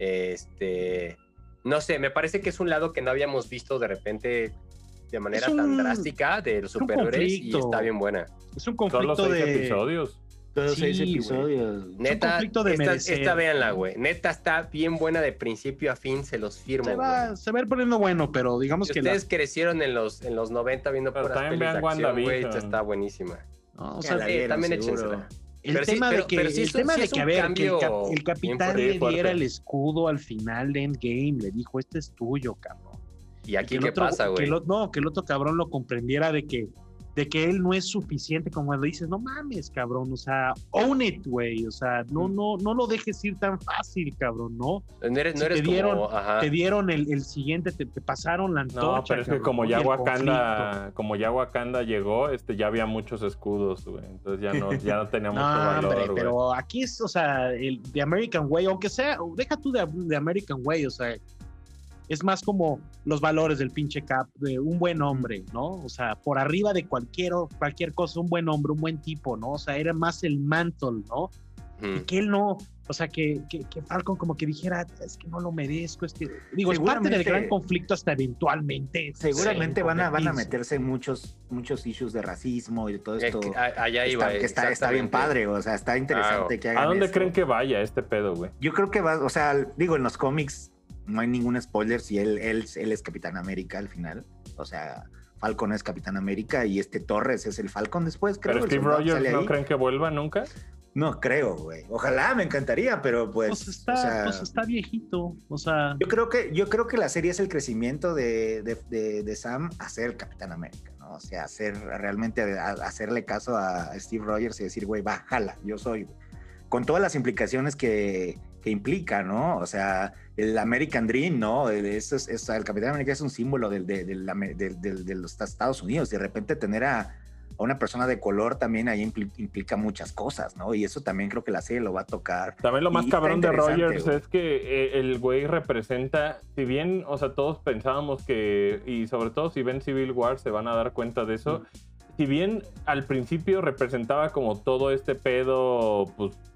este... No sé, me parece que es un lado que no habíamos visto de repente de manera Es un- tan drástica de los es un superhéroes y conflicto. está bien buena. Es un Solo conflicto seis de... episodios. Todos Sí, seis güey. episodios. Neta, conflicto de esta, merecer. esta véanla, güey. Neta está bien buena de principio a fin, se los firmo, Se güey. va, se va a ir poniendo bueno, pero digamos Si que... la- ustedes crecieron en los, en los noventa viendo Pero puras también pelis de vean acción, güey, WandaVision. esta está buenísima. no, o Ya sea, la eh, vieron, también seguro. échensela. el pero sí, tema pero- de que, pero sí el es un- tema sí de es que, un a ver, que el, cambio cap- el bien capitán fuerte. le Fuerte. diera el escudo al final de Endgame, le dijo, este es tuyo, cabrón. ¿Y Y aquí que el qué otro- pasa, que güey? el o- no, que el otro cabrón lo comprendiera de que, de que él no es suficiente, como cuando dices, no mames, cabrón, o sea, own it, güey, o sea, no, no, no lo dejes ir tan fácil, cabrón, ¿no? No eres, no si eres te dieron- como... Ajá. Te dieron el, el siguiente, te, te pasaron la antorcha. No, pero es que cabrón, como ¿no? ya Y el Wakanda, como ya Wakanda llegó, este ya había muchos escudos, güey. Entonces ya no, ya no tenía mucho No, valor, hombre, güey. pero aquí es, o sea, el de American Way, aunque sea, deja tú de, de American Way, o sea, es más como los valores del pinche Cap, de un buen hombre, ¿no? O sea, por arriba de cualquier, cualquier cosa, un buen hombre, un buen tipo, ¿no? O sea, era más el mantle, ¿no? Y Ujú. que él no, o sea, que, que, que Falcon como que dijera, es que no lo merezco, es que, digo, es parte Seguramente- del gran conflicto hasta eventualmente. Seguramente sí, van, a, van a convertirse. meterse en muchos, muchos issues de racismo y de todo Eh, esto. que- a- allá iba. está, que está, está bien exactamente. padre, o sea, está interesante Ah, que hagan ¿A dónde eso. creen que vaya este pedo, güey? Yo creo que va, o sea, digo, en los cómics no hay ningún spoiler si él, él, él es Capitán América al final. O sea, Falcon es Capitán América y este Torres es el Falcon después, creo. ¿Pero el Steve soldado que Rogers sale no ahí. creen que vuelva nunca? No creo, güey. Ojalá, me encantaría, pero pues, Pues está, o sea, pues está viejito, o sea... yo creo que yo creo que la serie es el crecimiento de, de, de, de Sam a ser el Capitán América, ¿no? O sea, hacer realmente a, a hacerle caso a Steve Rogers y decir, güey, va, jala, yo soy, güey. Con todas las implicaciones que, que implica, ¿no? O sea, el American Dream, ¿no? Eso es, es- el Capitán América es un símbolo del- de, del- del- del- de los Estados Unidos. De repente tener a, a una persona de color también ahí impli- implica muchas cosas, ¿no? Y eso también creo que la serie lo va a tocar. También lo más Y está cabrón de interesante, Rogers güey. es que eh, el güey representa, si bien, o sea, todos pensábamos que, y sobre todo si ven Civil War se van a dar cuenta de eso, si bien al principio representaba como todo este pedo, pues,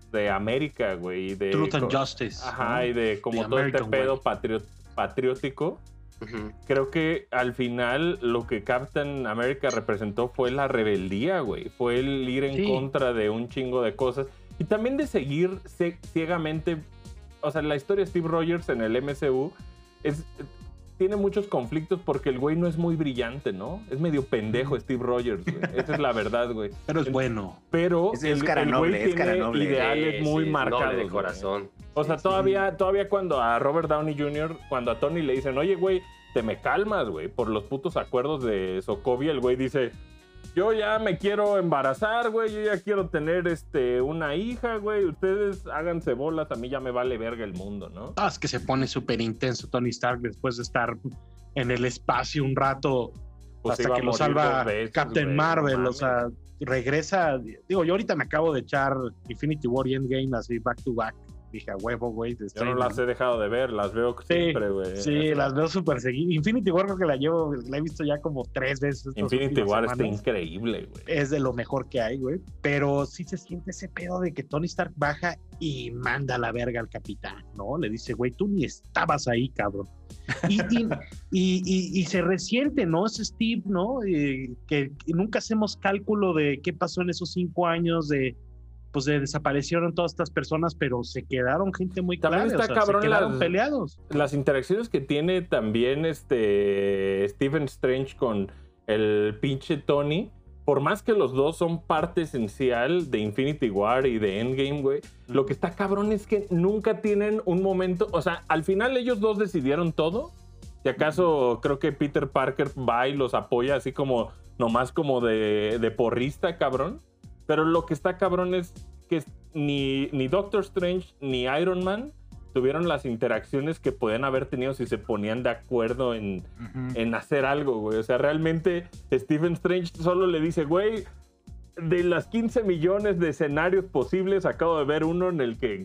de América, güey. De, Truth and co- Justice. Ajá, ¿no? y de como The todo American este pedo way. patrio- patriótico. Ujú. Creo que al final lo que Captain America representó fue la rebeldía, güey. Fue el ir en Sí. contra de un chingo de cosas. Y también de seguir ce- ciegamente. O sea, la historia de Steve Rogers en el M C U es, tiene muchos conflictos porque el güey no es muy brillante, ¿no? Es medio pendejo Steve Rogers, güey. Esa es la verdad, güey. Pero es bueno. Pero Es- es el, cara el güey noble, es cara tiene noble. ideales Sí, muy sí, marcados. noble de güey. corazón. O sea, Sí, todavía, todavía cuando a Robert Downey junior, cuando a Tony le dicen, oye, güey, te me calmas, güey, por los putos acuerdos de Sokovia, el güey dice, yo ya me quiero embarazar, güey, yo ya quiero tener este, una hija, güey, ustedes háganse bolas, a mí ya me vale verga el mundo, ¿no? Ah, es que se pone súper intenso Tony Stark después de estar en el espacio un rato Pues hasta iba a que lo morir salva dos veces, Captain güey, Marvel, no o sea, regresa. Digo, yo ahorita me acabo de echar Infinity War y Endgame así back to back. Dije, a huevo, güey. Yo estoy no en- las he dejado de ver, las veo Sí, siempre, güey. Sí, las veo súper seguidas. Infinity War creo que la llevo, la he visto ya como tres veces. estas Infinity últimas War está semanas. increíble, güey. Es de lo mejor que hay, güey. Pero sí se siente ese pedo de que Tony Stark baja y manda a la verga al capitán, ¿no? Le dice, güey, tú ni estabas ahí, cabrón. Y, y, y, y- y se resiente, ¿no? Ese Steve, ¿no? Eh, que, que nunca hacemos cálculo de qué pasó en esos cinco años de pues de desaparecieron todas estas personas, pero se quedaron gente muy También clave, está o sea, cabrón se quedaron las- peleados. Las interacciones que tiene también este Stephen Strange con el pinche Tony, por más que los dos son parte esencial de Infinity War y de Endgame, güey, lo que está cabrón es que nunca tienen un momento, o sea, al final ellos dos decidieron todo. Si acaso creo que Peter Parker va y los apoya así como, nomás como de, de porrista, cabrón. Pero lo que está cabrón es que ni, ni Doctor Strange ni Iron Man tuvieron las interacciones que podían haber tenido si se ponían de acuerdo en, Ujú. en hacer algo, güey. O sea, realmente Stephen Strange solo le dice, güey, de las quince millones de escenarios posibles, acabo de ver uno en el que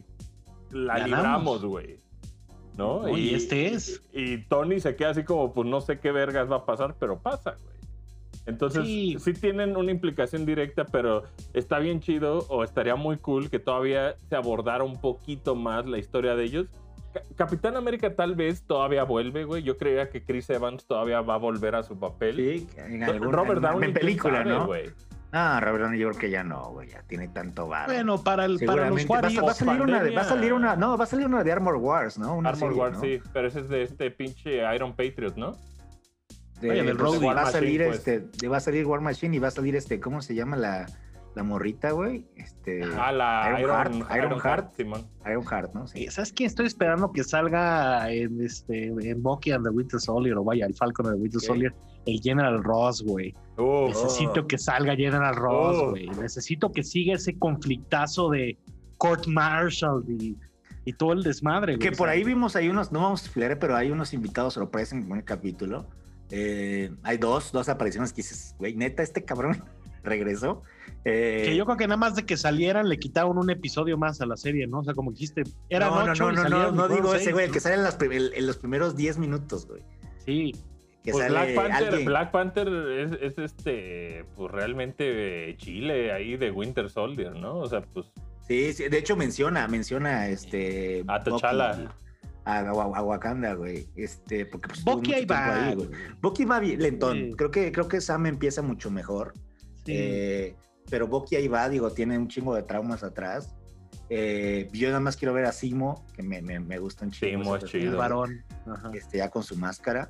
la Ganamos. libramos, güey. ¿No? No, y este es. Y Tony se queda así como, pues no sé qué vergas va a pasar, pero pasa, güey. Entonces, sí. Sí. tienen una implicación directa, pero está bien chido o estaría muy cool que todavía se abordara un poquito más la historia de ellos. Ca- Capitán América tal vez todavía vuelve, güey. Yo creía que Chris Evans todavía va a volver a su papel. Sí, en algún, Robert en, Downey, en película, quién sabe, ¿no? güey. Ah, Robert Downey yo creo que ya no, güey, ya tiene tanto varo. Bueno, para, el, para los Seguramente va, a- Warriors. va a salir una, de- pandemia. va a salir una, no, va a salir una de Armor Wars, ¿no? Una Armor serie, War, ¿no? sí, pero ese es de este pinche Iron Patriot, ¿no? De, Oye, del pues, Roadie. va a War salir Machine, este, de- va a salir War Machine y va a salir este, ¿cómo se llama la, la morrita, güey? Este, Ah, la Iron Heart, Iron Iron Heart. Heart, Simón. Iron Heart, ¿no? Sí. Eh, ¿Sabes qué? Estoy esperando que salga en, este, en Bucky and the Winter Soldier, o vaya, el Falcon and the Winter Ok. Soldier, el General Ross, güey. Uf, Necesito que salga General Ross, Oh. güey. Necesito que siga ese conflictazo de Court Martial y, y todo el desmadre, güey. Que por O sea, ahí vimos, hay unos, no vamos a explicar, pero hay unos invitados sorpresa en el primer capítulo. Eh, hay dos, dos apariciones que dices, güey, neta, este cabrón regresó. Eh, Que yo creo que nada más de que salieran le quitaron un episodio más a la serie, ¿no? O sea, como dijiste, eran no, no, ocho no, y no, no, salieron no y fueron digo ese, seis, güey, el ¿no? que sale en, las prim- el- en los primeros diez minutos, güey. Sí, Que pues sale Black Panther, alguien. Black Panther es, es este, pues realmente eh, Chile ahí de Winter Soldier, ¿no? O sea, pues Sí, sí, de hecho menciona, menciona este. A T'Challa. Bucky, A, a- a Wakanda, güey. Este, porque pues, Bucky estuvo ahí mucho tiempo va, ahí, güey. güey. Bucky va bien, lentón. Sí. Creo que, creo que Sam empieza mucho mejor. Sí. Eh, pero Bucky ahí va, digo, tiene un chingo de traumas atrás. Eh, yo nada más quiero ver a Simo, que me, me, me gusta un chingo. Simo ese es el chido. varón. Ajá. Este, ya con su máscara.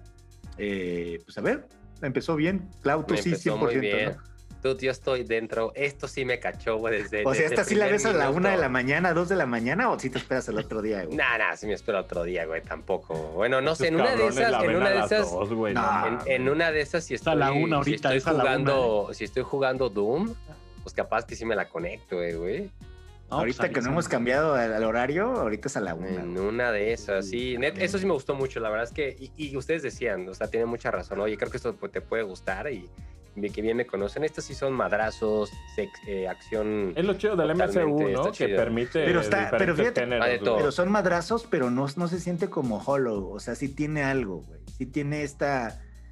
Eh, pues a ver, empezó bien. Clau, tú Me sí, empezó cien por muy ciento, bien. ¿no? Tú, yo estoy dentro. Esto sí me cachó, güey, desde O sea, desde ¿esta el sí la primer ves a la minuto. una de la mañana, dos de la mañana o si te esperas el otro día, güey? Nah, nah, sí me espero otro día, güey, tampoco. Bueno, no sé, Esos en una de cabrones esas, la en ven una a de las esas, dos, güey, No, no en, mames. en una de esas si Está estoy, a la una si ahorita, estoy es a la jugando, si estoy jugando Doom, pues capaz que sí me la conecto, güey, güey. No, ahorita pues, que no hemos cambiado al, al horario, ahorita es a la una. En güey. una de esas, sí. Net, eso sí me gustó mucho, la verdad es que, y, y ustedes decían, o sea, tienen mucha razón, oye, creo que esto te puede gustar y de que bien me conocen. Estos sí son madrazos, sex, eh, acción. Es lo chido del M C U, Totalmente, ¿no? está Que chido. permite Pero está- diferentes pero fíjate- géneros, Ah, de güey. todo. Pero son madrazos, pero no, no se siente como hollow. O sea, sí tiene algo, güey. Sí tiene esta.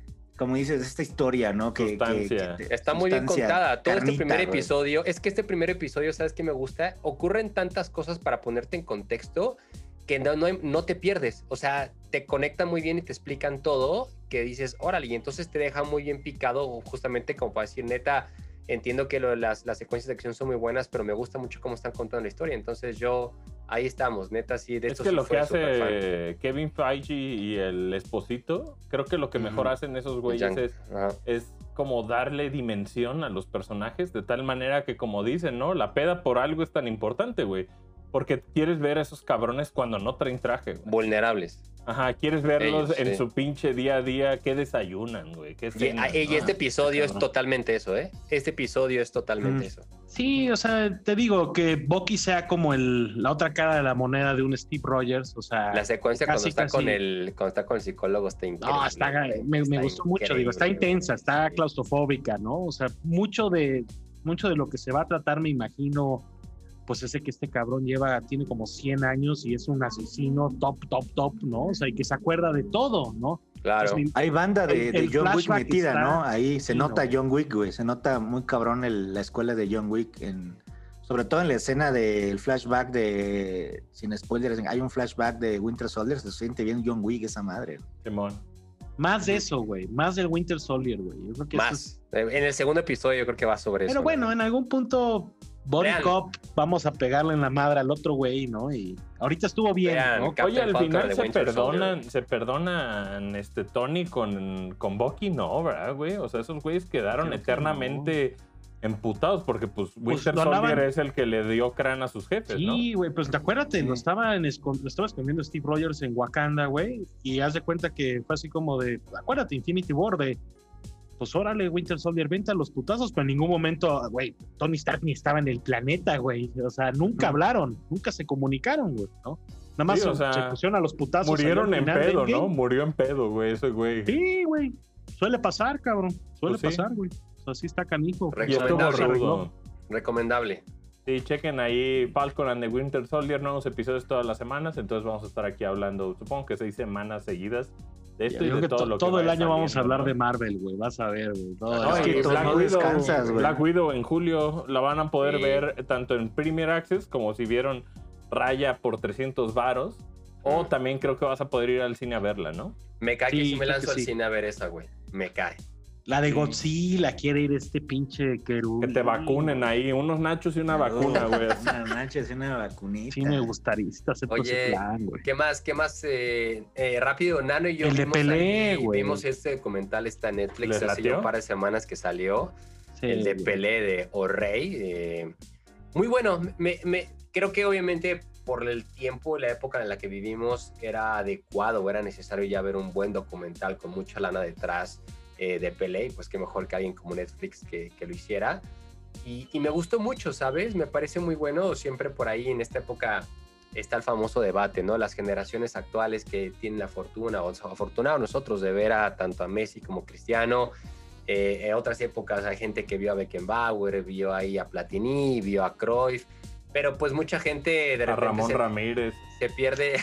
como dices, esta historia, ¿no? Que, que, que te, está muy bien contada. Todo carnita, este primer güey. episodio, es que este primer episodio, ¿sabes qué me gusta? Ocurren tantas cosas para ponerte en contexto que no, no, no te pierdes. O sea, te conectan muy bien y te explican todo, que dices, órale, y entonces te deja muy bien picado, justamente como para decir, neta, entiendo que lo, las, las secuencias de acción son muy buenas, pero me gusta mucho cómo están contando la historia. Entonces yo, ahí estamos, neta, sí. De es que lo que hace Kevin Feige y el Esposito, creo que lo que mejor mm. hacen esos güeyes es, es como darle dimensión a los personajes, de tal manera que, como dicen, ¿no? La peda por algo es tan importante, güey. Porque quieres ver a esos cabrones cuando no traen traje, güey. Vulnerables. Ajá, quieres verlos Ellos, en sí. su pinche día a día, qué desayunan, güey, qué cenan. Y, y este episodio ah, es totalmente eso, ¿eh? Este episodio es totalmente mm. eso. Sí, o sea, te digo que Bucky sea como el, la otra cara de la moneda de un Steve Rogers, o sea... La secuencia casi, cuando, está casi... Con el, cuando está con el psicólogo está increíble. No, está, me, está me gustó mucho, digo, está intensa, está sí. claustrofóbica, ¿no? O sea, mucho de, mucho de lo que se va a tratar, me imagino... pues ese que este cabrón lleva, tiene como cien años y es un asesino top, top, top, ¿no? O sea, y que se acuerda de todo, ¿no? Claro. Entonces, hay banda de, el, el de John Wick metida, está... ¿no? Ahí se sí, nota no. John Wick, güey. Se nota muy cabrón el, la escuela de John Wick, en, sobre todo en la escena del flashback de, sin spoilers, hay un flashback de Winter Soldier, se siente bien John Wick esa madre. Simón. Más de eso, güey. Más del Winter Soldier, güey. Yo creo que Más. Es... En el segundo episodio yo creo que va sobre Pero eso. Pero bueno, ¿no? en algún punto... Body Vean. Cop, vamos a pegarle en la madre al otro güey, ¿no? Y ahorita estuvo bien, Vean, ¿no? Oye, al final se perdonan, se perdonan este Tony con, con Bucky, no, ¿verdad, güey? O sea, esos güeyes quedaron Creo eternamente no. emputados porque, pues, Winter pues, Soldier es el que le dio crán a sus jefes, sí, ¿no? Sí, güey, pues acuérdate, sí. lo, estaba en, lo estaba escondiendo Steve Rogers en Wakanda, güey, y haz de cuenta que fue así como de, acuérdate, Infinity War, de pues órale, Winter Soldier, vente a los putazos, pero en ningún momento, güey, Tony Stark ni estaba en el planeta, güey. O sea, nunca hablaron, nunca se comunicaron, güey, ¿no? Nada más sí, o sea, se pusieron a los putazos. Murieron en pedo, ¿no? Murió en pedo, güey, ese güey. Sí, güey. Suele pasar, cabrón. Suele pues sí. pasar, güey. O sea, así está canijo. Recomendable. Recomendable. Sí, chequen ahí Falcon and the Winter Soldier, nuevos episodios todas las semanas, entonces vamos a estar aquí hablando, supongo que seis semanas seguidas. De esto yeah, y de todo to, lo que todo el año saliendo, vamos a hablar ¿no? de Marvel, güey. Vas a ver, güey. No, es que Black, no descansas, güey. Black Widow en julio la van a poder sí. ver tanto en Premier Access como si vieron Raya por trescientos varos. O también creo que vas a poder ir al cine a verla, ¿no? Me cae sí, que si me lanzo al sí. cine a ver esa, güey. Me cae. La de Godzilla, quiere ir este pinche querubín. Que te vacunen ahí, unos nachos y una vacuna, güey. Unos nachos y una vacunita. Sí me gustaría hacer Oye, plan, güey. ¿Qué más? ¿Qué más? Eh, eh, rápido, Nano y yo el de Pelé, güey. Vimos este documental, está en Netflix hace ya un par de semanas que salió. Sí, el de Pelé de O'Reilly. Eh, muy bueno. Me, me, creo que obviamente por el tiempo y la época en la que vivimos era adecuado, era necesario ya ver un buen documental con mucha lana detrás. Eh, de Pelé, pues qué mejor que alguien como Netflix que, que lo hiciera y, y me gustó mucho, ¿sabes? Me parece muy bueno, siempre por ahí en esta época está el famoso debate, ¿no? Las generaciones actuales que tienen la fortuna, o afortunado nosotros de ver a tanto a Messi como Cristiano, eh, en otras épocas hay gente que vio a Beckenbauer, vio ahí a Platini, vio a Cruyff, pero pues mucha gente de repente a Ramón se, Ramírez se pierde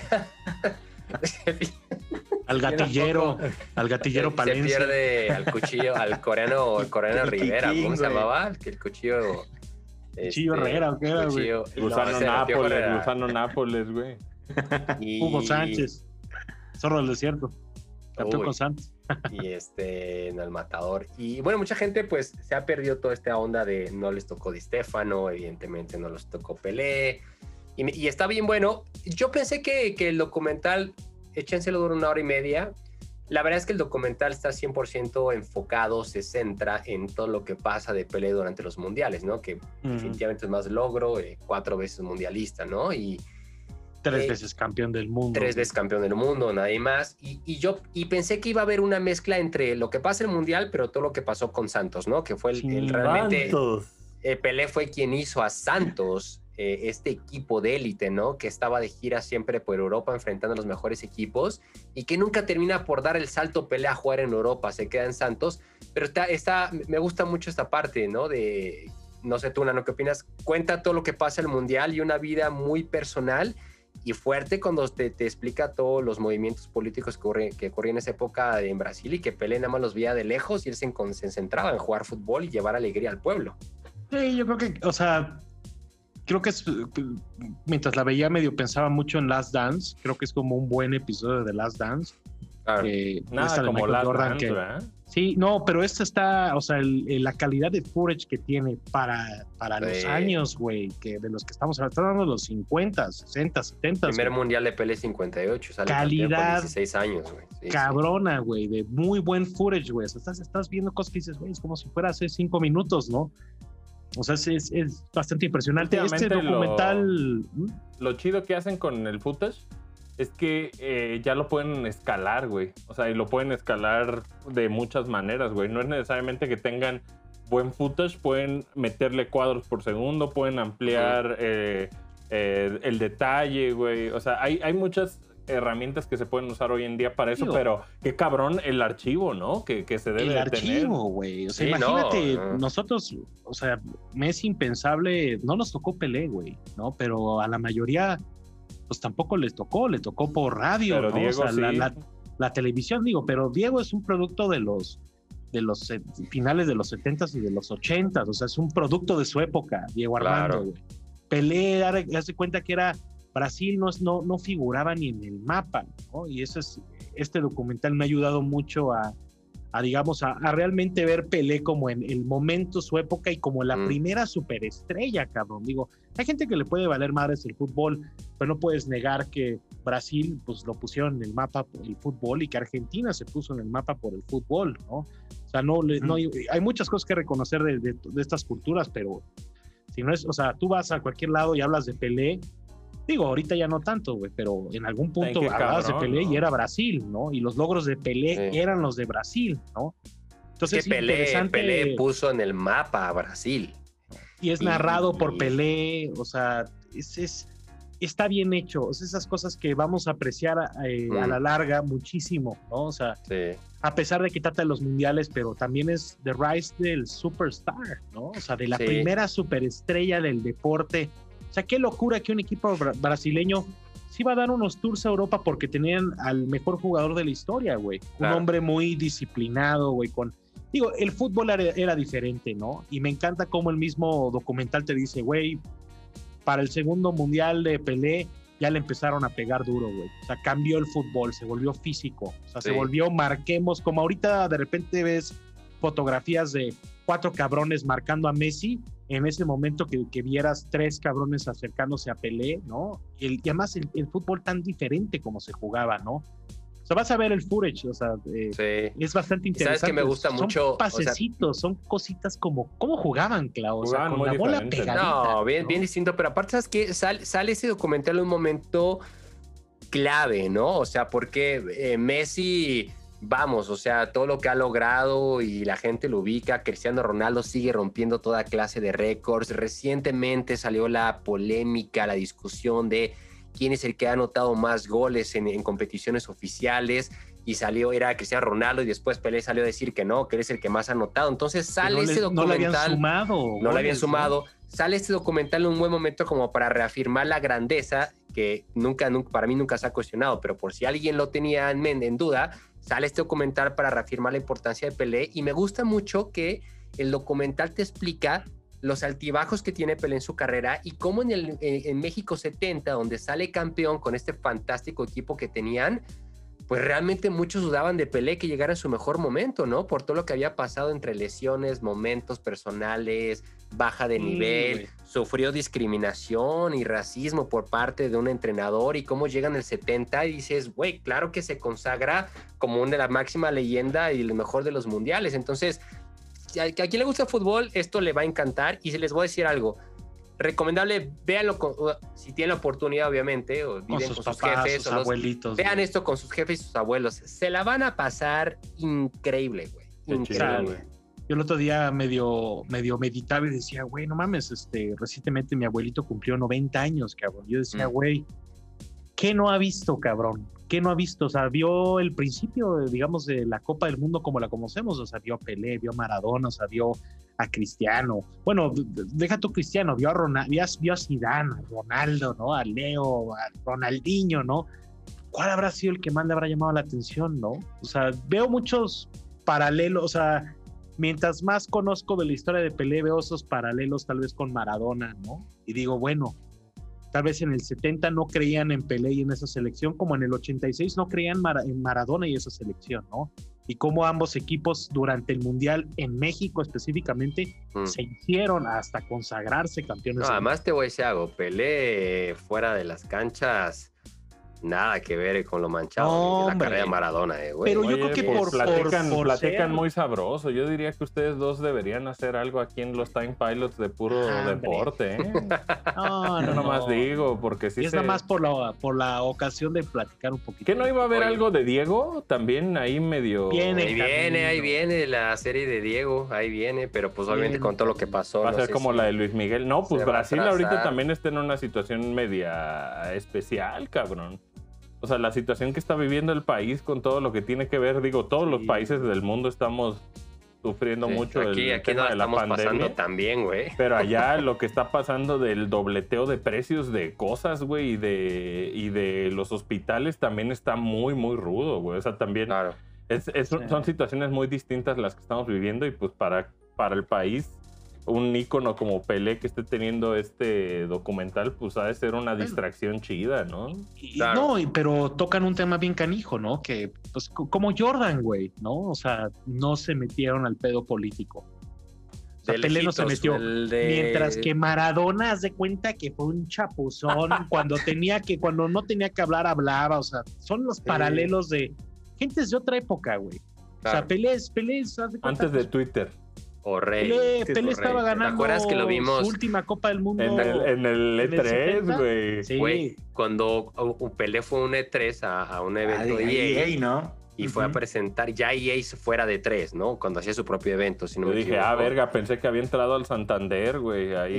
al gatillero, al gatillero Palencia. Se pierde al cuchillo, al coreano, al coreano Rivera, ¿cómo se llamaba? Que el cuchillo... Cuchillo este, Herrera, ¿o qué era, güey? Gusano no, Nápoles, Gusano Nápoles, güey. Y... Hugo Sánchez, Zorro del Desierto, campeón con Santos. Y este, en el Matador. Y bueno, mucha gente pues se ha perdido toda esta onda de no les tocó Di Stéfano, evidentemente no les tocó Pelé. Y, y está bien bueno. Yo pensé que, que el documental, échenselo dura una hora y media. La verdad es que el documental está cien por ciento enfocado, se centra en todo lo que pasa de Pelé durante los mundiales, ¿no? Que mm. definitivamente es más logro, eh, cuatro veces mundialista, ¿no? Y tres eh, veces campeón del mundo. Tres veces campeón del mundo, nadie más. Y, y yo y pensé que iba a haber una mezcla entre lo que pasa en el mundial, pero todo lo que pasó con Santos, ¿no? Que fue el, el realmente... Eh, Pelé fue quien hizo a Santos, eh, este equipo de élite, ¿no? Que estaba de gira siempre por Europa enfrentando a los mejores equipos y que nunca termina por dar el salto Pelé a jugar en Europa, se queda en Santos. Pero está, está, me gusta mucho esta parte, ¿no? De, no sé tú, Nano, ¿qué opinas? Cuenta todo lo que pasa en el mundial y una vida muy personal y fuerte cuando te, te explica todos los movimientos políticos que, ocurre, que ocurrían en esa época en Brasil y que Pelé nada más los veía de lejos y él se, se centraba en jugar fútbol y llevar alegría al pueblo. Sí, yo creo que, o sea, creo que es, mientras la veía medio pensaba mucho en Last Dance, creo que es como un buen episodio de Last Dance. Claro. Eh, Nada como Last Dance, que, ¿verdad? Sí, no, pero esta está, o sea, el, el, la calidad de footage que tiene para, para sí. los años, güey, que de los que estamos hablando, estamos hablando de los cincuenta, sesenta, setenta. Primer güey. mundial de Pelé cincuenta y ocho, sale calidad con dieciséis años, güey. Sí, cabrona, güey, sí. de muy buen footage, güey. O sea, estás, estás viendo cosas que dices, güey, es como si fuera hace cinco minutos, ¿no? O sea, es, es, es bastante impresionante. Este documental... Lo, lo chido que hacen con el footage es que eh, ya lo pueden escalar, güey. O sea, y lo pueden escalar de muchas maneras, güey. No es necesariamente que tengan buen footage, pueden meterle cuadros por segundo, pueden ampliar eh, eh, el detalle, güey. O sea, hay, hay muchas herramientas que se pueden usar hoy en día para eso, Tío. pero qué cabrón el archivo, ¿no? Que, que se debe el de archivo, güey. O sea, sí, imagínate, no, no. nosotros, o sea, me es impensable, no nos tocó Pelé, güey, ¿no? Pero a la mayoría... pues tampoco les tocó, le tocó por radio, pero ¿no? Diego, o sea, sí. la, la, la televisión, digo, pero Diego es un producto de los de los eh, finales de los setentas y de los ochentas, o sea, es un producto de su época, Diego Armando, güey. Claro. Pelé, hace cuenta que era Brasil, no, no, no figuraba ni en el mapa, ¿no? Y eso es, este documental me ha ayudado mucho a, a digamos, a, a realmente ver Pelé como en el momento, su época y como la mm. primera superestrella, cabrón. Digo, hay gente que le puede valer madres el fútbol, pero no puedes negar que Brasil, pues lo pusieron en el mapa por el fútbol y que Argentina se puso en el mapa por el fútbol, ¿no? O sea, no, mm. no hay, hay muchas cosas que reconocer de, de, de estas culturas, pero si no es, o sea, tú vas a cualquier lado y hablas de Pelé, digo, ahorita ya no tanto, güey, pero en algún punto hablabas de Pelé ¿no? y era Brasil, ¿no? Y los logros de Pelé sí. eran los de Brasil, ¿no? Entonces es que Pelé, interesante... Pelé puso en el mapa a Brasil. Y es narrado y... por Pelé, o sea, es, es, está bien hecho. O sea, esas cosas que vamos a apreciar eh, mm. a la larga muchísimo, ¿no? O sea, sí. a pesar de que trata de los mundiales, pero también es The Rise del Superstar, ¿no? O sea, de la sí. primera superestrella del deporte. O sea, qué locura que un equipo bra- brasileño sí iba a dar unos tours a Europa porque tenían al mejor jugador de la historia, güey. Claro. Un hombre muy disciplinado, güey, con... Digo, el fútbol era, era diferente, ¿no? Y me encanta cómo el mismo documental te dice, güey, para el segundo mundial de Pelé ya le empezaron a pegar duro, güey. O sea, cambió el fútbol, se volvió físico. O sea, sí. se volvió, marquemos, como ahorita de repente ves fotografías de cuatro cabrones marcando a Messi, en ese momento que, que vieras tres cabrones acercándose a Pelé, ¿no? El, y además el, el fútbol tan diferente como se jugaba, ¿no? O sea, vas a ver el footage, o sea, eh, sí. es bastante interesante. ¿Sabes que me gusta son mucho? Son pasecitos, o sea, son cositas como, ¿cómo jugaban, Clau? O sea, con la bola pegadita. No, bien, ¿no? bien distinto, pero aparte, ¿sabes qué? Sal, sale ese documental en un momento clave, ¿no? O sea, porque eh, Messi... Vamos, o sea, todo lo que ha logrado y la gente lo ubica, Cristiano Ronaldo sigue rompiendo toda clase de récords. Recientemente salió la polémica, la discusión de quién es el que ha anotado más goles en, en competiciones oficiales y salió, era Cristiano Ronaldo y después Pelé salió a decir que no, que él es el que más ha anotado. Entonces sale no ese le, documental. No le habían sumado. No le habían sumado. Sale este documental en un buen momento como para reafirmar la grandeza que nunca, nunca para mí nunca se ha cuestionado, pero por si alguien lo tenía en, en duda, sale este documental para reafirmar la importancia de Pelé y me gusta mucho que el documental te explica los altibajos que tiene Pelé en su carrera y cómo en, el, en México setenta, donde sale campeón con este fantástico equipo que tenían, pues realmente muchos dudaban de Pelé que llegara en su mejor momento, ¿no? Por todo lo que había pasado entre lesiones, momentos personales, baja de nivel, mm, sufrió discriminación y racismo por parte de un entrenador y cómo llega en el setenta y dices, güey, claro que se consagra como una de las máximas leyendas y el mejor de los mundiales. Entonces, a quien le gusta el fútbol, esto le va a encantar y se les voy a decir algo. Recomendable, véanlo con, si tienen la oportunidad, obviamente, o viven con sus, con sus papás, jefes, sus o los, abuelitos. Vean güey. Esto con sus jefes y sus abuelos. Se la van a pasar increíble, güey. Increíble. Güey. Yo el otro día medio, medio meditaba y decía, güey, no mames, este, recientemente mi abuelito cumplió noventa años, cabrón. Yo decía, güey, mm. ¿qué no ha visto, cabrón? ¿Qué no ha visto? O sea, vio el principio, digamos, de la Copa del Mundo como la conocemos. O sea, vio a Pelé, vio a Maradona, o sea, vio a Cristiano. Bueno, deja tu Cristiano, vio a Ronaldo, vio, vio a Zidane, a Ronaldo, ¿no? A Leo, a Ronaldinho, ¿no? ¿Cuál habrá sido el que más le habrá llamado la atención, no? O sea, veo muchos paralelos, o sea, mientras más conozco de la historia de Pelé, veo esos paralelos tal vez con Maradona, ¿no? Y digo, bueno, tal vez en el setenta no creían en Pelé y en esa selección, como en el ochenta y seis no creían Mar- en Maradona y esa selección, ¿no? Y cómo ambos equipos durante el Mundial en México específicamente mm. se hicieron hasta consagrarse campeones. No, además te voy a decir algo, Pelé fuera de las canchas, nada que ver con lo manchado no, de la carrera de Maradona, eh, güey. Pero yo Oye, creo que pues, por, platican, por, por platican ser... muy sabroso. Yo diría que ustedes dos deberían hacer algo aquí en los Time Pilots de puro ah, deporte, ¿eh? No, no, yo nomás no. digo, porque sí y es se... nada más por la, por la ocasión de platicar un poquito. ¿Que no iba a haber Oye. algo de Diego? También ahí medio... Viene, ahí viene, ahí viene la serie de Diego, ahí viene, pero pues obviamente Bien. con todo lo que pasó. Va a no ser sé como si la de Luis Miguel. No, pues se va a Brasil atrasar. ahorita también está en una situación media especial, cabrón. O sea, la situación que está viviendo el país con todo lo que tiene que ver, digo, todos sí. los países del mundo estamos sufriendo sí, mucho aquí, el aquí tema no de la estamos pandemia. Pasando también, güey. Pero allá lo que está pasando del dobleteo de precios de cosas, güey, y de, y de los hospitales también está muy, muy rudo, güey. O sea, también Claro. es, es, sí. son situaciones muy distintas las que estamos viviendo y pues para, para el país un ícono como Pelé que esté teniendo este documental, pues ha de ser una distracción chida, ¿no? Y, claro. No, y, pero tocan un tema bien canijo, ¿no? Que, pues, como Jordan, güey, ¿no? O sea, no se metieron al pedo político. O sea, Pelé no se metió. De... Mientras que Maradona, haz de cuenta que fue un chapuzón, cuando tenía que, cuando no tenía que hablar, hablaba, o sea, son los sí. paralelos de gentes de otra época, güey. Claro. O sea, Pelé es, Pelé es, haz de cuenta, antes de Twitter. O Rey. Pelé, Pelé estaba ganando ¿te acuerdas que lo vimos? Su última Copa del Mundo. En el, en el E tres, güey. Sí. Güey, cuando uh, Pelé fue a un E tres a, a un evento de E A, E A, ¿no? Y uh-huh. fue a presentar, ya E A fuera de tres, ¿no? Cuando hacía su propio evento, si no Yo me dije, equivoco. ah, verga, pensé que había entrado al Santander, güey. Ahí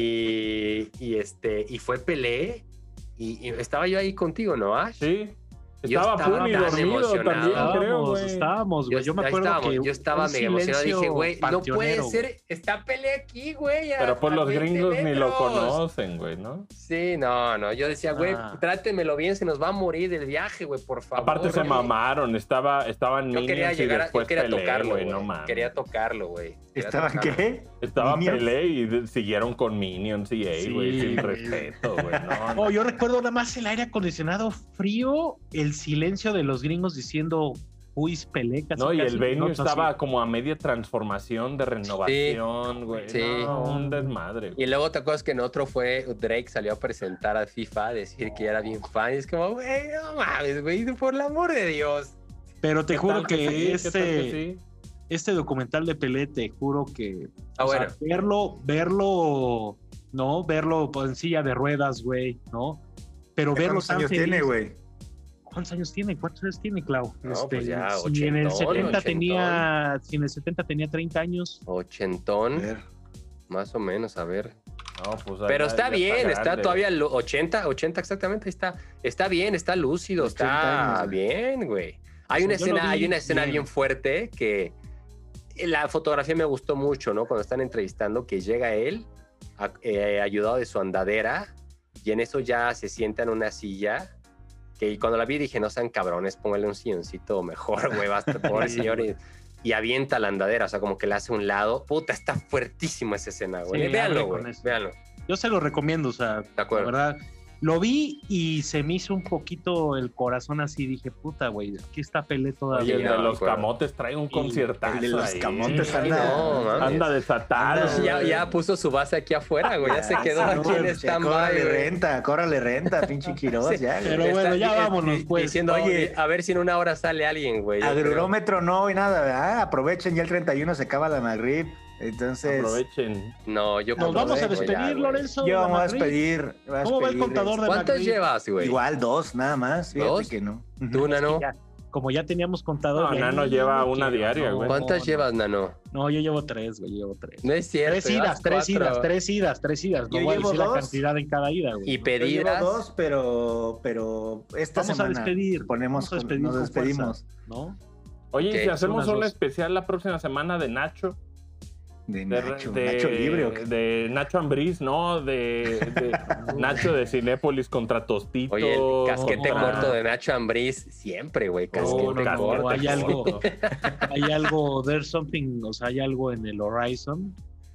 y, a... y, este, y fue Pelé, y, y estaba yo ahí contigo, ¿no, Ash? Sí. Estaba Puni dormido también, creo, güey. Estábamos, güey. Yo, yo me acuerdo estábamos, que yo estaba mega emocionado. Dije, güey, no puede ser. Está Pelé aquí, güey. Pero pues los gringos metros. Ni lo conocen, güey, ¿no? Sí, no, no. Yo decía, güey, ah. trátemelo bien, se nos va a morir del viaje, güey, por favor. Aparte se güey. mamaron. Estaba, estaban yo quería Minions llegar y después yo quería Pelé, tocarlo, güey. No mames. Quería tocarlo, güey. ¿Estaban qué? Estaba ¿Minions? Pelé y siguieron con Minions y E A, güey, sí, sin respeto, güey. No, no. Oh, yo recuerdo nada más el aire acondicionado frío, el silencio de los gringos diciendo, uy, Pelé. Casi, no, y casi, el venue no, estaba así. Como a media transformación de renovación, güey. Sí. Sí. No, un desmadre. Güey. Y luego te acuerdas que en otro fue Drake salió a presentar a FIFA, a decir que era bien fan. Y es como, güey, no mames, güey, por el amor de Dios. Pero te juro que, que, este, sí, que sí? este documental de Pelé, te juro que ah, bueno. sea, verlo, verlo, ¿no? Verlo en silla de ruedas, güey, ¿no? Pero verlo ¿Cuántos tan años feliz. tiene, güey? ¿Cuántos años tiene? ¿Cuántos años tiene, Clau? No, este, pues ya, si ochentón, en el setenta ochentón. tenía, si en el setenta tenía treinta años. Ochentón, más o menos, a ver. No, pues, pero ya, está ya bien, está, está todavía ochenta, ochenta exactamente, está, está bien, está lúcido, está años, bien, güey. Hay una pues escena, hay una escena bien. bien fuerte que la fotografía me gustó mucho, ¿no? Cuando están entrevistando, que llega él, a, eh, ayudado de su andadera, y en eso ya se sienta en una silla, que cuando la vi dije, no sean cabrones, póngale un silloncito mejor, güey, basta, pobre señor, y, y avienta la andadera, o sea, como que la hace a un lado. Puta, está fuertísima esa escena, güey. Sí, véanlo, güey, véanlo. Yo se lo recomiendo, o sea, de acuerdo. La verdad, lo vi y se me hizo un poquito el corazón así, dije, puta, güey, aquí está Pelé todavía. Oye, el de los camotes trae un conciertazo. El de los ahí. camotes sí, anda, no, anda desatado. Anda, ya, ya puso su base aquí afuera, güey, ya se quedó no, aquí en stand-by. Córrale renta, córrale renta, pinche Quiroz, sí, ya. Pero bueno, está, ya vámonos, pues. Diciendo, oye, a ver si en una hora sale alguien, güey. Agrurómetro no y nada, ¿verdad? Aprovechen, ya el treinta y uno se acaba la Magrib. Entonces. Aprovechen. No, yo Nos vamos a despedir, ya, Lorenzo. Yo vamos a despedir. A ¿Cómo va el contador de ¿Cuántos Madrid? llevas, güey? Igual, dos, nada más. Fíjate ¿Dos? que no. ¿Tú, Nano? Ya, como ya teníamos contador. No, Nano lleva una diaria, güey. ¿Cuántas no, llevas, Nano? No, yo llevo tres, güey. Llevo tres. No es cierto. Tres idas, tres idas, tres idas, tres idas. No yo voy a decir dos. la cantidad en cada ida, güey. Y pedidas. Yo llevo dos, pero, pero esta vamos semana a despedir. Ponemos, vamos a despedir nos despedimos. Fuerza, ¿no? Oye, Okay, si hacemos un dos. especial la próxima semana de Nacho. De De, Nacho, de- Nacho Libre. ¿O qué? de Nacho Ambriz, ¿no? De, de Nacho de Cinépolis contra Tostito. Oye, el casquete no, corto no. de Nacho Ambriz, siempre, güey. Oh, Casquete no, no, corto. hay algo. corto. Hay algo, there's something, o sea, hay algo en el Horizon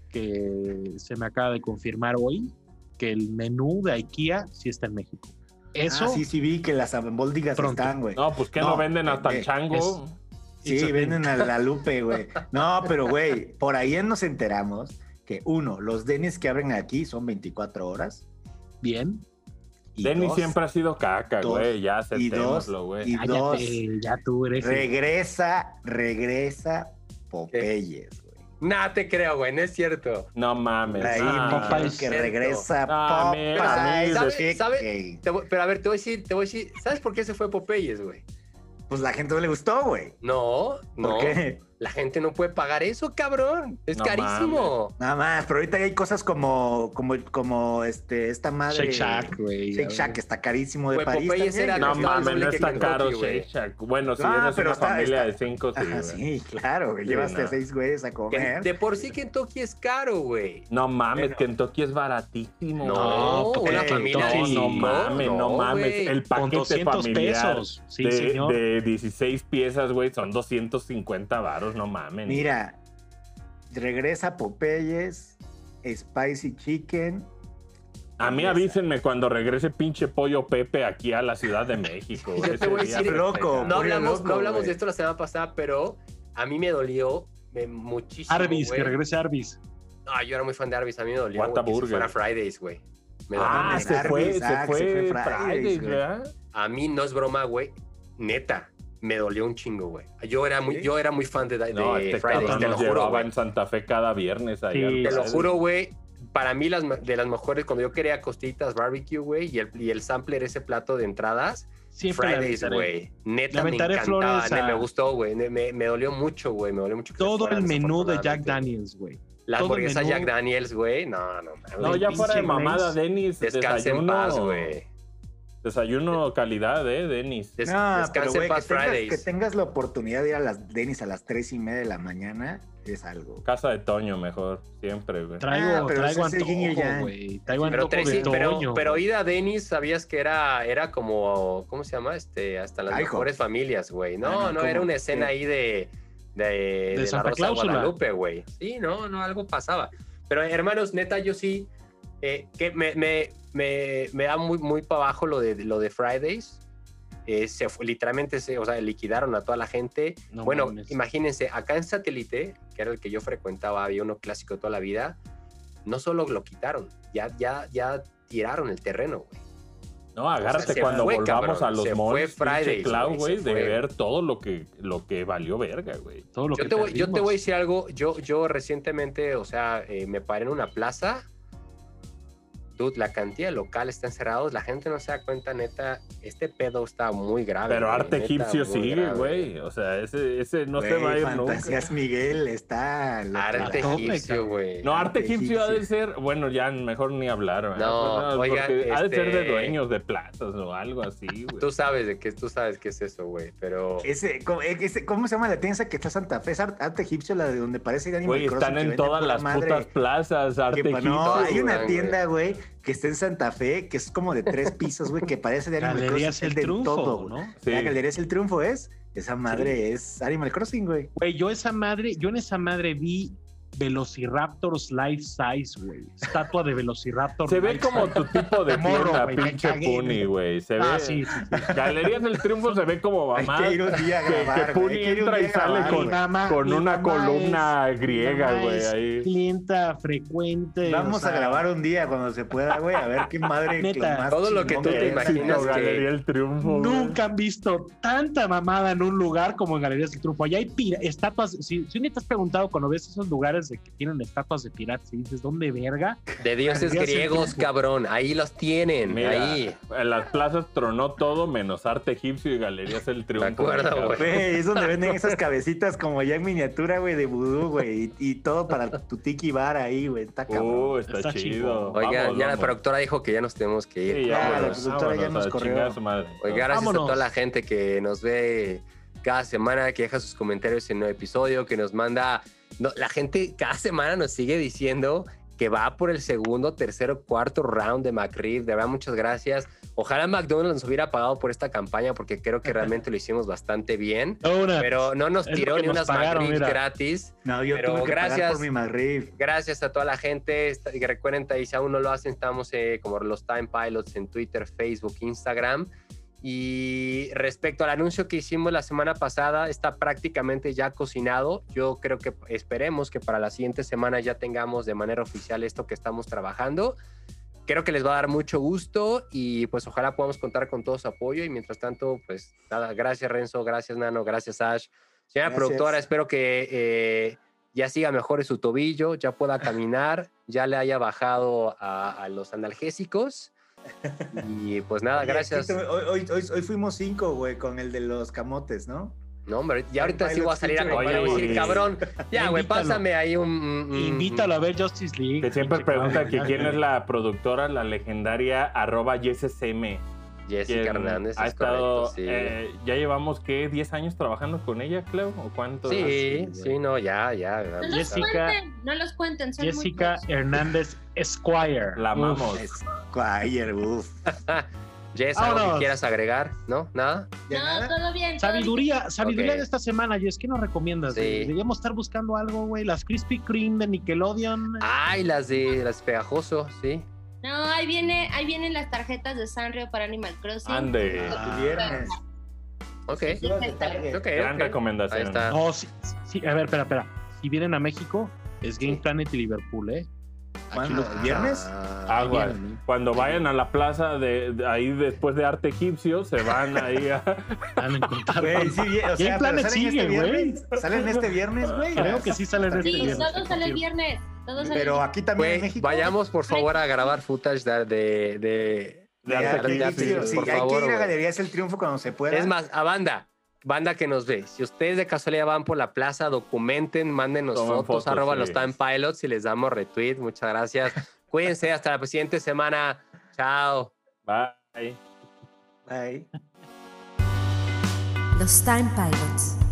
que se me acaba de confirmar hoy, que el menú de IKEA sí está en México. Eso, Ah, sí, sí vi que las albóndigas Pronto. están, güey. No, pues que No, no, venden hasta eh, el chango. Sí, It's a venden thing. a la Lupe, güey. No, pero, güey, por ahí nos enteramos que, uno, los Denis que abren aquí son veinticuatro horas. bien. Y Denny dos, siempre ha sido caca, dos, güey. Ya y dos, aceptémoslo, güey. y dos, Cállate, ya tú eres. regresa, regresa Popeyes, güey. Nah, te creo, güey, no es cierto. No mames. Ahí ah. dijeron Popeyes. que regresa Ah, mira, Popeyes. ¿sabe- chicken. sabe? Te voy- pero a ver, te voy a decir, te voy a decir, ¿sabes por qué se fue Popeyes, güey? Pues la gente no le gustó, güey. No, no. ¿Por qué? La gente no puede pagar eso, cabrón. Es No carísimo. Nada más, pero ahorita hay cosas como, como, como este, esta madre. Shake Shack, güey. Shake Shack, que está carísimo de Güey, París. Popeyes también, era güey. No Estaba mames, doble no que está Kentucky, caro güey. Shake Shack. Bueno, si Ah, eres pero una está- familia está- de cinco, sí, Ajá, güey. sí, claro, güey. Sí, Llevaste no. a seis güeyes a Que comer. de por sí Kentucky es caro, güey. No mames, Bueno. Kentucky es baratísimo. No, güey. una ok, familia No, de no cinco, mames, no, no, mames. güey. El Con paquete doscientos familiar pesos. Sí, de, señor. de dieciséis piezas, güey, son doscientos cincuenta varos, no mames. Mira, regresa Popeyes, Spicy Chicken. A mí regresa. avísenme cuando regrese pinche Pollo Pepe aquí a la Ciudad de México. Yo güey. te voy a Ese decir, día loco, festejar. No Pollo hablamos, loco, no hablamos güey. de esto la semana pasada, pero a mí me dolió me- muchísimo. Arby's, güey. que regrese Arby's. No, yo era muy fan de Arby's, a mí me dolió güey, que se Whataburger. fuera Fridays, güey. Me dolió Ah, mames, se fue, Arby's, se ah, que fue, se fue Fridays, Fridays, güey. ¿verdad? A mí no es broma, güey. Neta, me dolió un chingo, güey. Yo era muy, ¿Sí? yo era muy fan de, de No, este Fridays, cabrón te lo nos juro, llevaba güey. en Santa Fe cada viernes ahí. Sí, al Te lo Fridays. juro, güey. Para mí, las, me- de las mejores, cuando yo quería costitas barbecue, güey, y el, y el sampler, ese plato de entradas, Siempre le Fridays, aventaré. güey. Neta, Le me aventaré encantaba, flores a- ne- me gustó, güey. Ne- Me, me dolió mucho, güey. Me dolió mucho que se Todo fuera, el menú de Jack desafortunadamente. Daniels, güey. La todo el hamburguesa menú. Jack Daniels, güey. No, no, mames. No, ya pinche fuera de mamada, Blaze. Denis. Descanse en desayuno, paz, güey. Desayuno calidad, eh, Denis. Des- No, pero descanse güey, en que paz, tengas, Fridays. que tengas la oportunidad de ir a las Denis a las tres y media de la mañana es algo. Casa de Toño, mejor. Siempre, güey. Traigo, Ah, pero traigo ese es el yin y antojo, yang. güey. Traigo Pero, antojo tres, de sí, pero, Toño, pero güey. ir a Denis, sabías que era, era como, ¿cómo se llama? Este, hasta las Ay, mejores familias, güey. No, Ah, no, no, ¿cómo? era una escena ¿Qué? ahí de, de, de, la Santa Rosa de Cláusula. Guadalupe, güey. Sí, no, no, algo pasaba. Pero hermanos, neta, yo sí, eh, que me, me, me, me da muy, muy para abajo lo de, lo de Fridays. Eh, se fue, literalmente, se, o sea, liquidaron a toda la gente. No bueno, mames. imagínense, acá en Satélite, que era el que yo frecuentaba, había uno clásico toda la vida, no solo lo quitaron, ya, ya, ya tiraron el terreno, güey. No, agárrate O sea, se cuando fue, volvamos cabrón, a los se malls, fue pinche Fridays, Clau, güey, güey, se de fue. ver todo lo que, lo que valió verga, güey. Todo lo Yo que te, voy, yo te perdimos. voy a decir algo, yo, yo recientemente, o sea, eh, me paré en una plaza, dude, la cantidad de locales están cerrados, la gente no se da cuenta, neta, este pedo está muy grave. Pero güey, Arte neta, Egipcio muy sigue, grave. güey. O sea, ese, ese no se Güey, va a ir nunca. Fantasías Miguel está. lo que Arte la- tope, Egipcio, cabrón. güey. No, Arte Arte Egipcio ha de Egipcio. ser, bueno, ya mejor ni hablar, ¿verdad? No, Pues, oiga, porque ha de ser de este- dueños de plazas o algo así, güey. Tú sabes de qué, tú sabes qué es eso, güey, pero... Ese, ¿cómo, ese- ¿Cómo se llama la tienda que está en Santa Fe? Es Ar- Arte Egipcio, la de donde parece Animal Güey, Crossing, están que en vende todas pura las madre. putas plazas, Arte Que, pa- Egipcio. no, hay una güey. tienda, güey, que está en Santa Fe, que es como de tres pisos, güey, que parece de Animal Galerías Crossing. El de Triunfo, todo, ¿no? Sí. La Galerías El Triunfo es. Esa madre es Animal Crossing, güey. Güey, yo esa madre, yo en esa madre vi Velociraptors Life Size, güey. Estatua de Velociraptor. Se ve life como size. tu tipo de Morro, tienda, güey, me pinche cagué, Puni, güey. güey. Se ve. Ah, sí, sí, sí. Galerías del Triunfo se ve como Hay mamá. que ir un día a que, grabar, que güey, Puni hay que ir un entra día y a sale grabar, con, güey. mamá- con mi una mamá columna es- mi griega, mamá güey. es Ahí. Clienta frecuente. Vamos o sea, a grabar un día cuando se pueda, güey, a ver qué madre. Neta, más todo lo que chingón tú te que es. imaginas Sí, que- Galería del Triunfo. güey. Nunca han visto tanta mamada en un lugar como en Galerías del Triunfo. Allá hay pira- estatuas. Si, si un día te has preguntado cuando ves esos lugares de que tienen estatuas de piratas y dices, ¿dónde verga? De dioses Galerías El griegos, Triunfo. cabrón. Ahí los tienen. Mira, ahí. en las plazas tronó todo menos Arte Egipcio y Galerías el Triunfo. De acuerdo, cabrón. güey. Güey, es donde venden esas cabecitas como ya en miniatura, güey, de vudú, güey. Y, y todo para tu tiki bar ahí, güey. Está cabrón. Uh, está, Está chido. chingón. Oiga, Vamos, ya la vamos. productora dijo que ya nos tenemos que ir. Sí, ya, No, la vámonos, productora ya vámonos nos a corrió. chingar a su madre. Oiga, gracias Vámonos. a toda la gente que nos ve cada semana, que deja sus comentarios en un nuevo episodio, que nos manda... No, la gente cada semana nos sigue diciendo que va por el segundo, tercero, cuarto round de McRib. De verdad, muchas gracias. Ojalá McDonald's nos hubiera pagado por esta campaña porque creo que realmente lo hicimos bastante bien. Una, pero no nos tiró ni nos unas pagaron, McRib mira. gratis. No, yo Pero tuve que gracias. pagar por mi McRib. Gracias a toda la gente. Está- que recuerden, ahí, si aún no lo hacen, estamos eh, como los Time Pilots en Twitter, Facebook, Instagram. Y respecto al anuncio que hicimos la semana pasada, está prácticamente ya cocinado. Yo creo que esperemos que para la siguiente semana ya tengamos de manera oficial esto que estamos trabajando. Creo que les va a dar mucho gusto y pues ojalá podamos contar con todo su apoyo. Y mientras tanto, pues nada, gracias Renzo, gracias Nano, gracias Ash. Señora Gracias. productora, espero que eh, ya siga mejor en su tobillo, ya pueda caminar, ya le haya bajado a, a los analgésicos. Y pues nada, Oye, gracias. aquí te- Hoy, hoy, hoy, hoy fuimos cinco, güey, con el de los camotes, ¿no? No, hombre, ya ahorita sí voy a salir a Oye, comprar y voy a decir, oye. cabrón, ya, güey, Invítalo. pásame ahí un... un- un- Invítalo a ver Justice League. Que siempre Pinche pregunta cabrón. que quién es la productora, la legendaria arroba YesSM. Jessica quien Hernández, ha es estado, correcto, sí. eh, ya llevamos, ¿qué? ¿diez años trabajando con ella, Cleo? ¿O cuánto? Sí, sí, sí, no, ya, ya. No los Jessica- cuenten, no los cuenten, son Jessica muchos. Hernández Esquire. La Uf. amamos. Squire, uff. Jess, ¿algo que Vámonos. quieras agregar? ¿No? ¿Nada? ¿Ya No, nada? todo bien. todo Sabiduría, sabiduría Ok. de esta semana, Jess, ¿qué nos recomiendas? Sí. Deberíamos estar buscando algo, güey. Las Krispy Kreme de Nickelodeon. Ay, las de las pegajoso, sí. bien. No, ahí viene, ahí vienen las tarjetas de Sanrio para Animal Crossing. Ande. Ah. Viernes. Ok, Exclusivas de Target. ok, Gran ok. recomendación. Ahí está. No, sí, sí, a ver, espera, espera. Si vienen a México, es Game Sí. Planet y Liverpool, ¿eh? Aquí ¿Cuándo? lo- ¿El viernes? Ah, Aguas. vienen, ¿eh? Cuando vayan a la plaza de, de ahí después de arte egipcio, se van ahí a... Van a encontrar. Güey, sí, bien, o Game sea, pero Planet ¿salen sigue, este güey. viernes? ¿Salen este viernes, güey? Creo que sí salen este Sí, viernes. todo te sale el confirmo. viernes. Todo sale Pero el aquí también en Güey, México. vayamos por favor a grabar footage de... de, de- de De arte arte de egipcio. egipcio, sí, por hay favor, que ir a güey. Galerías El Triunfo cuando se pueda. Es más, a banda, banda que nos ve. Si ustedes de casualidad van por la plaza, documenten, mándenos Tomen fotos, fotos, arroba sí. los Time Pilots y les damos retweet. Muchas gracias. Cuídense, hasta la siguiente semana. Chao. Bye. Ay. Los Time Pilots.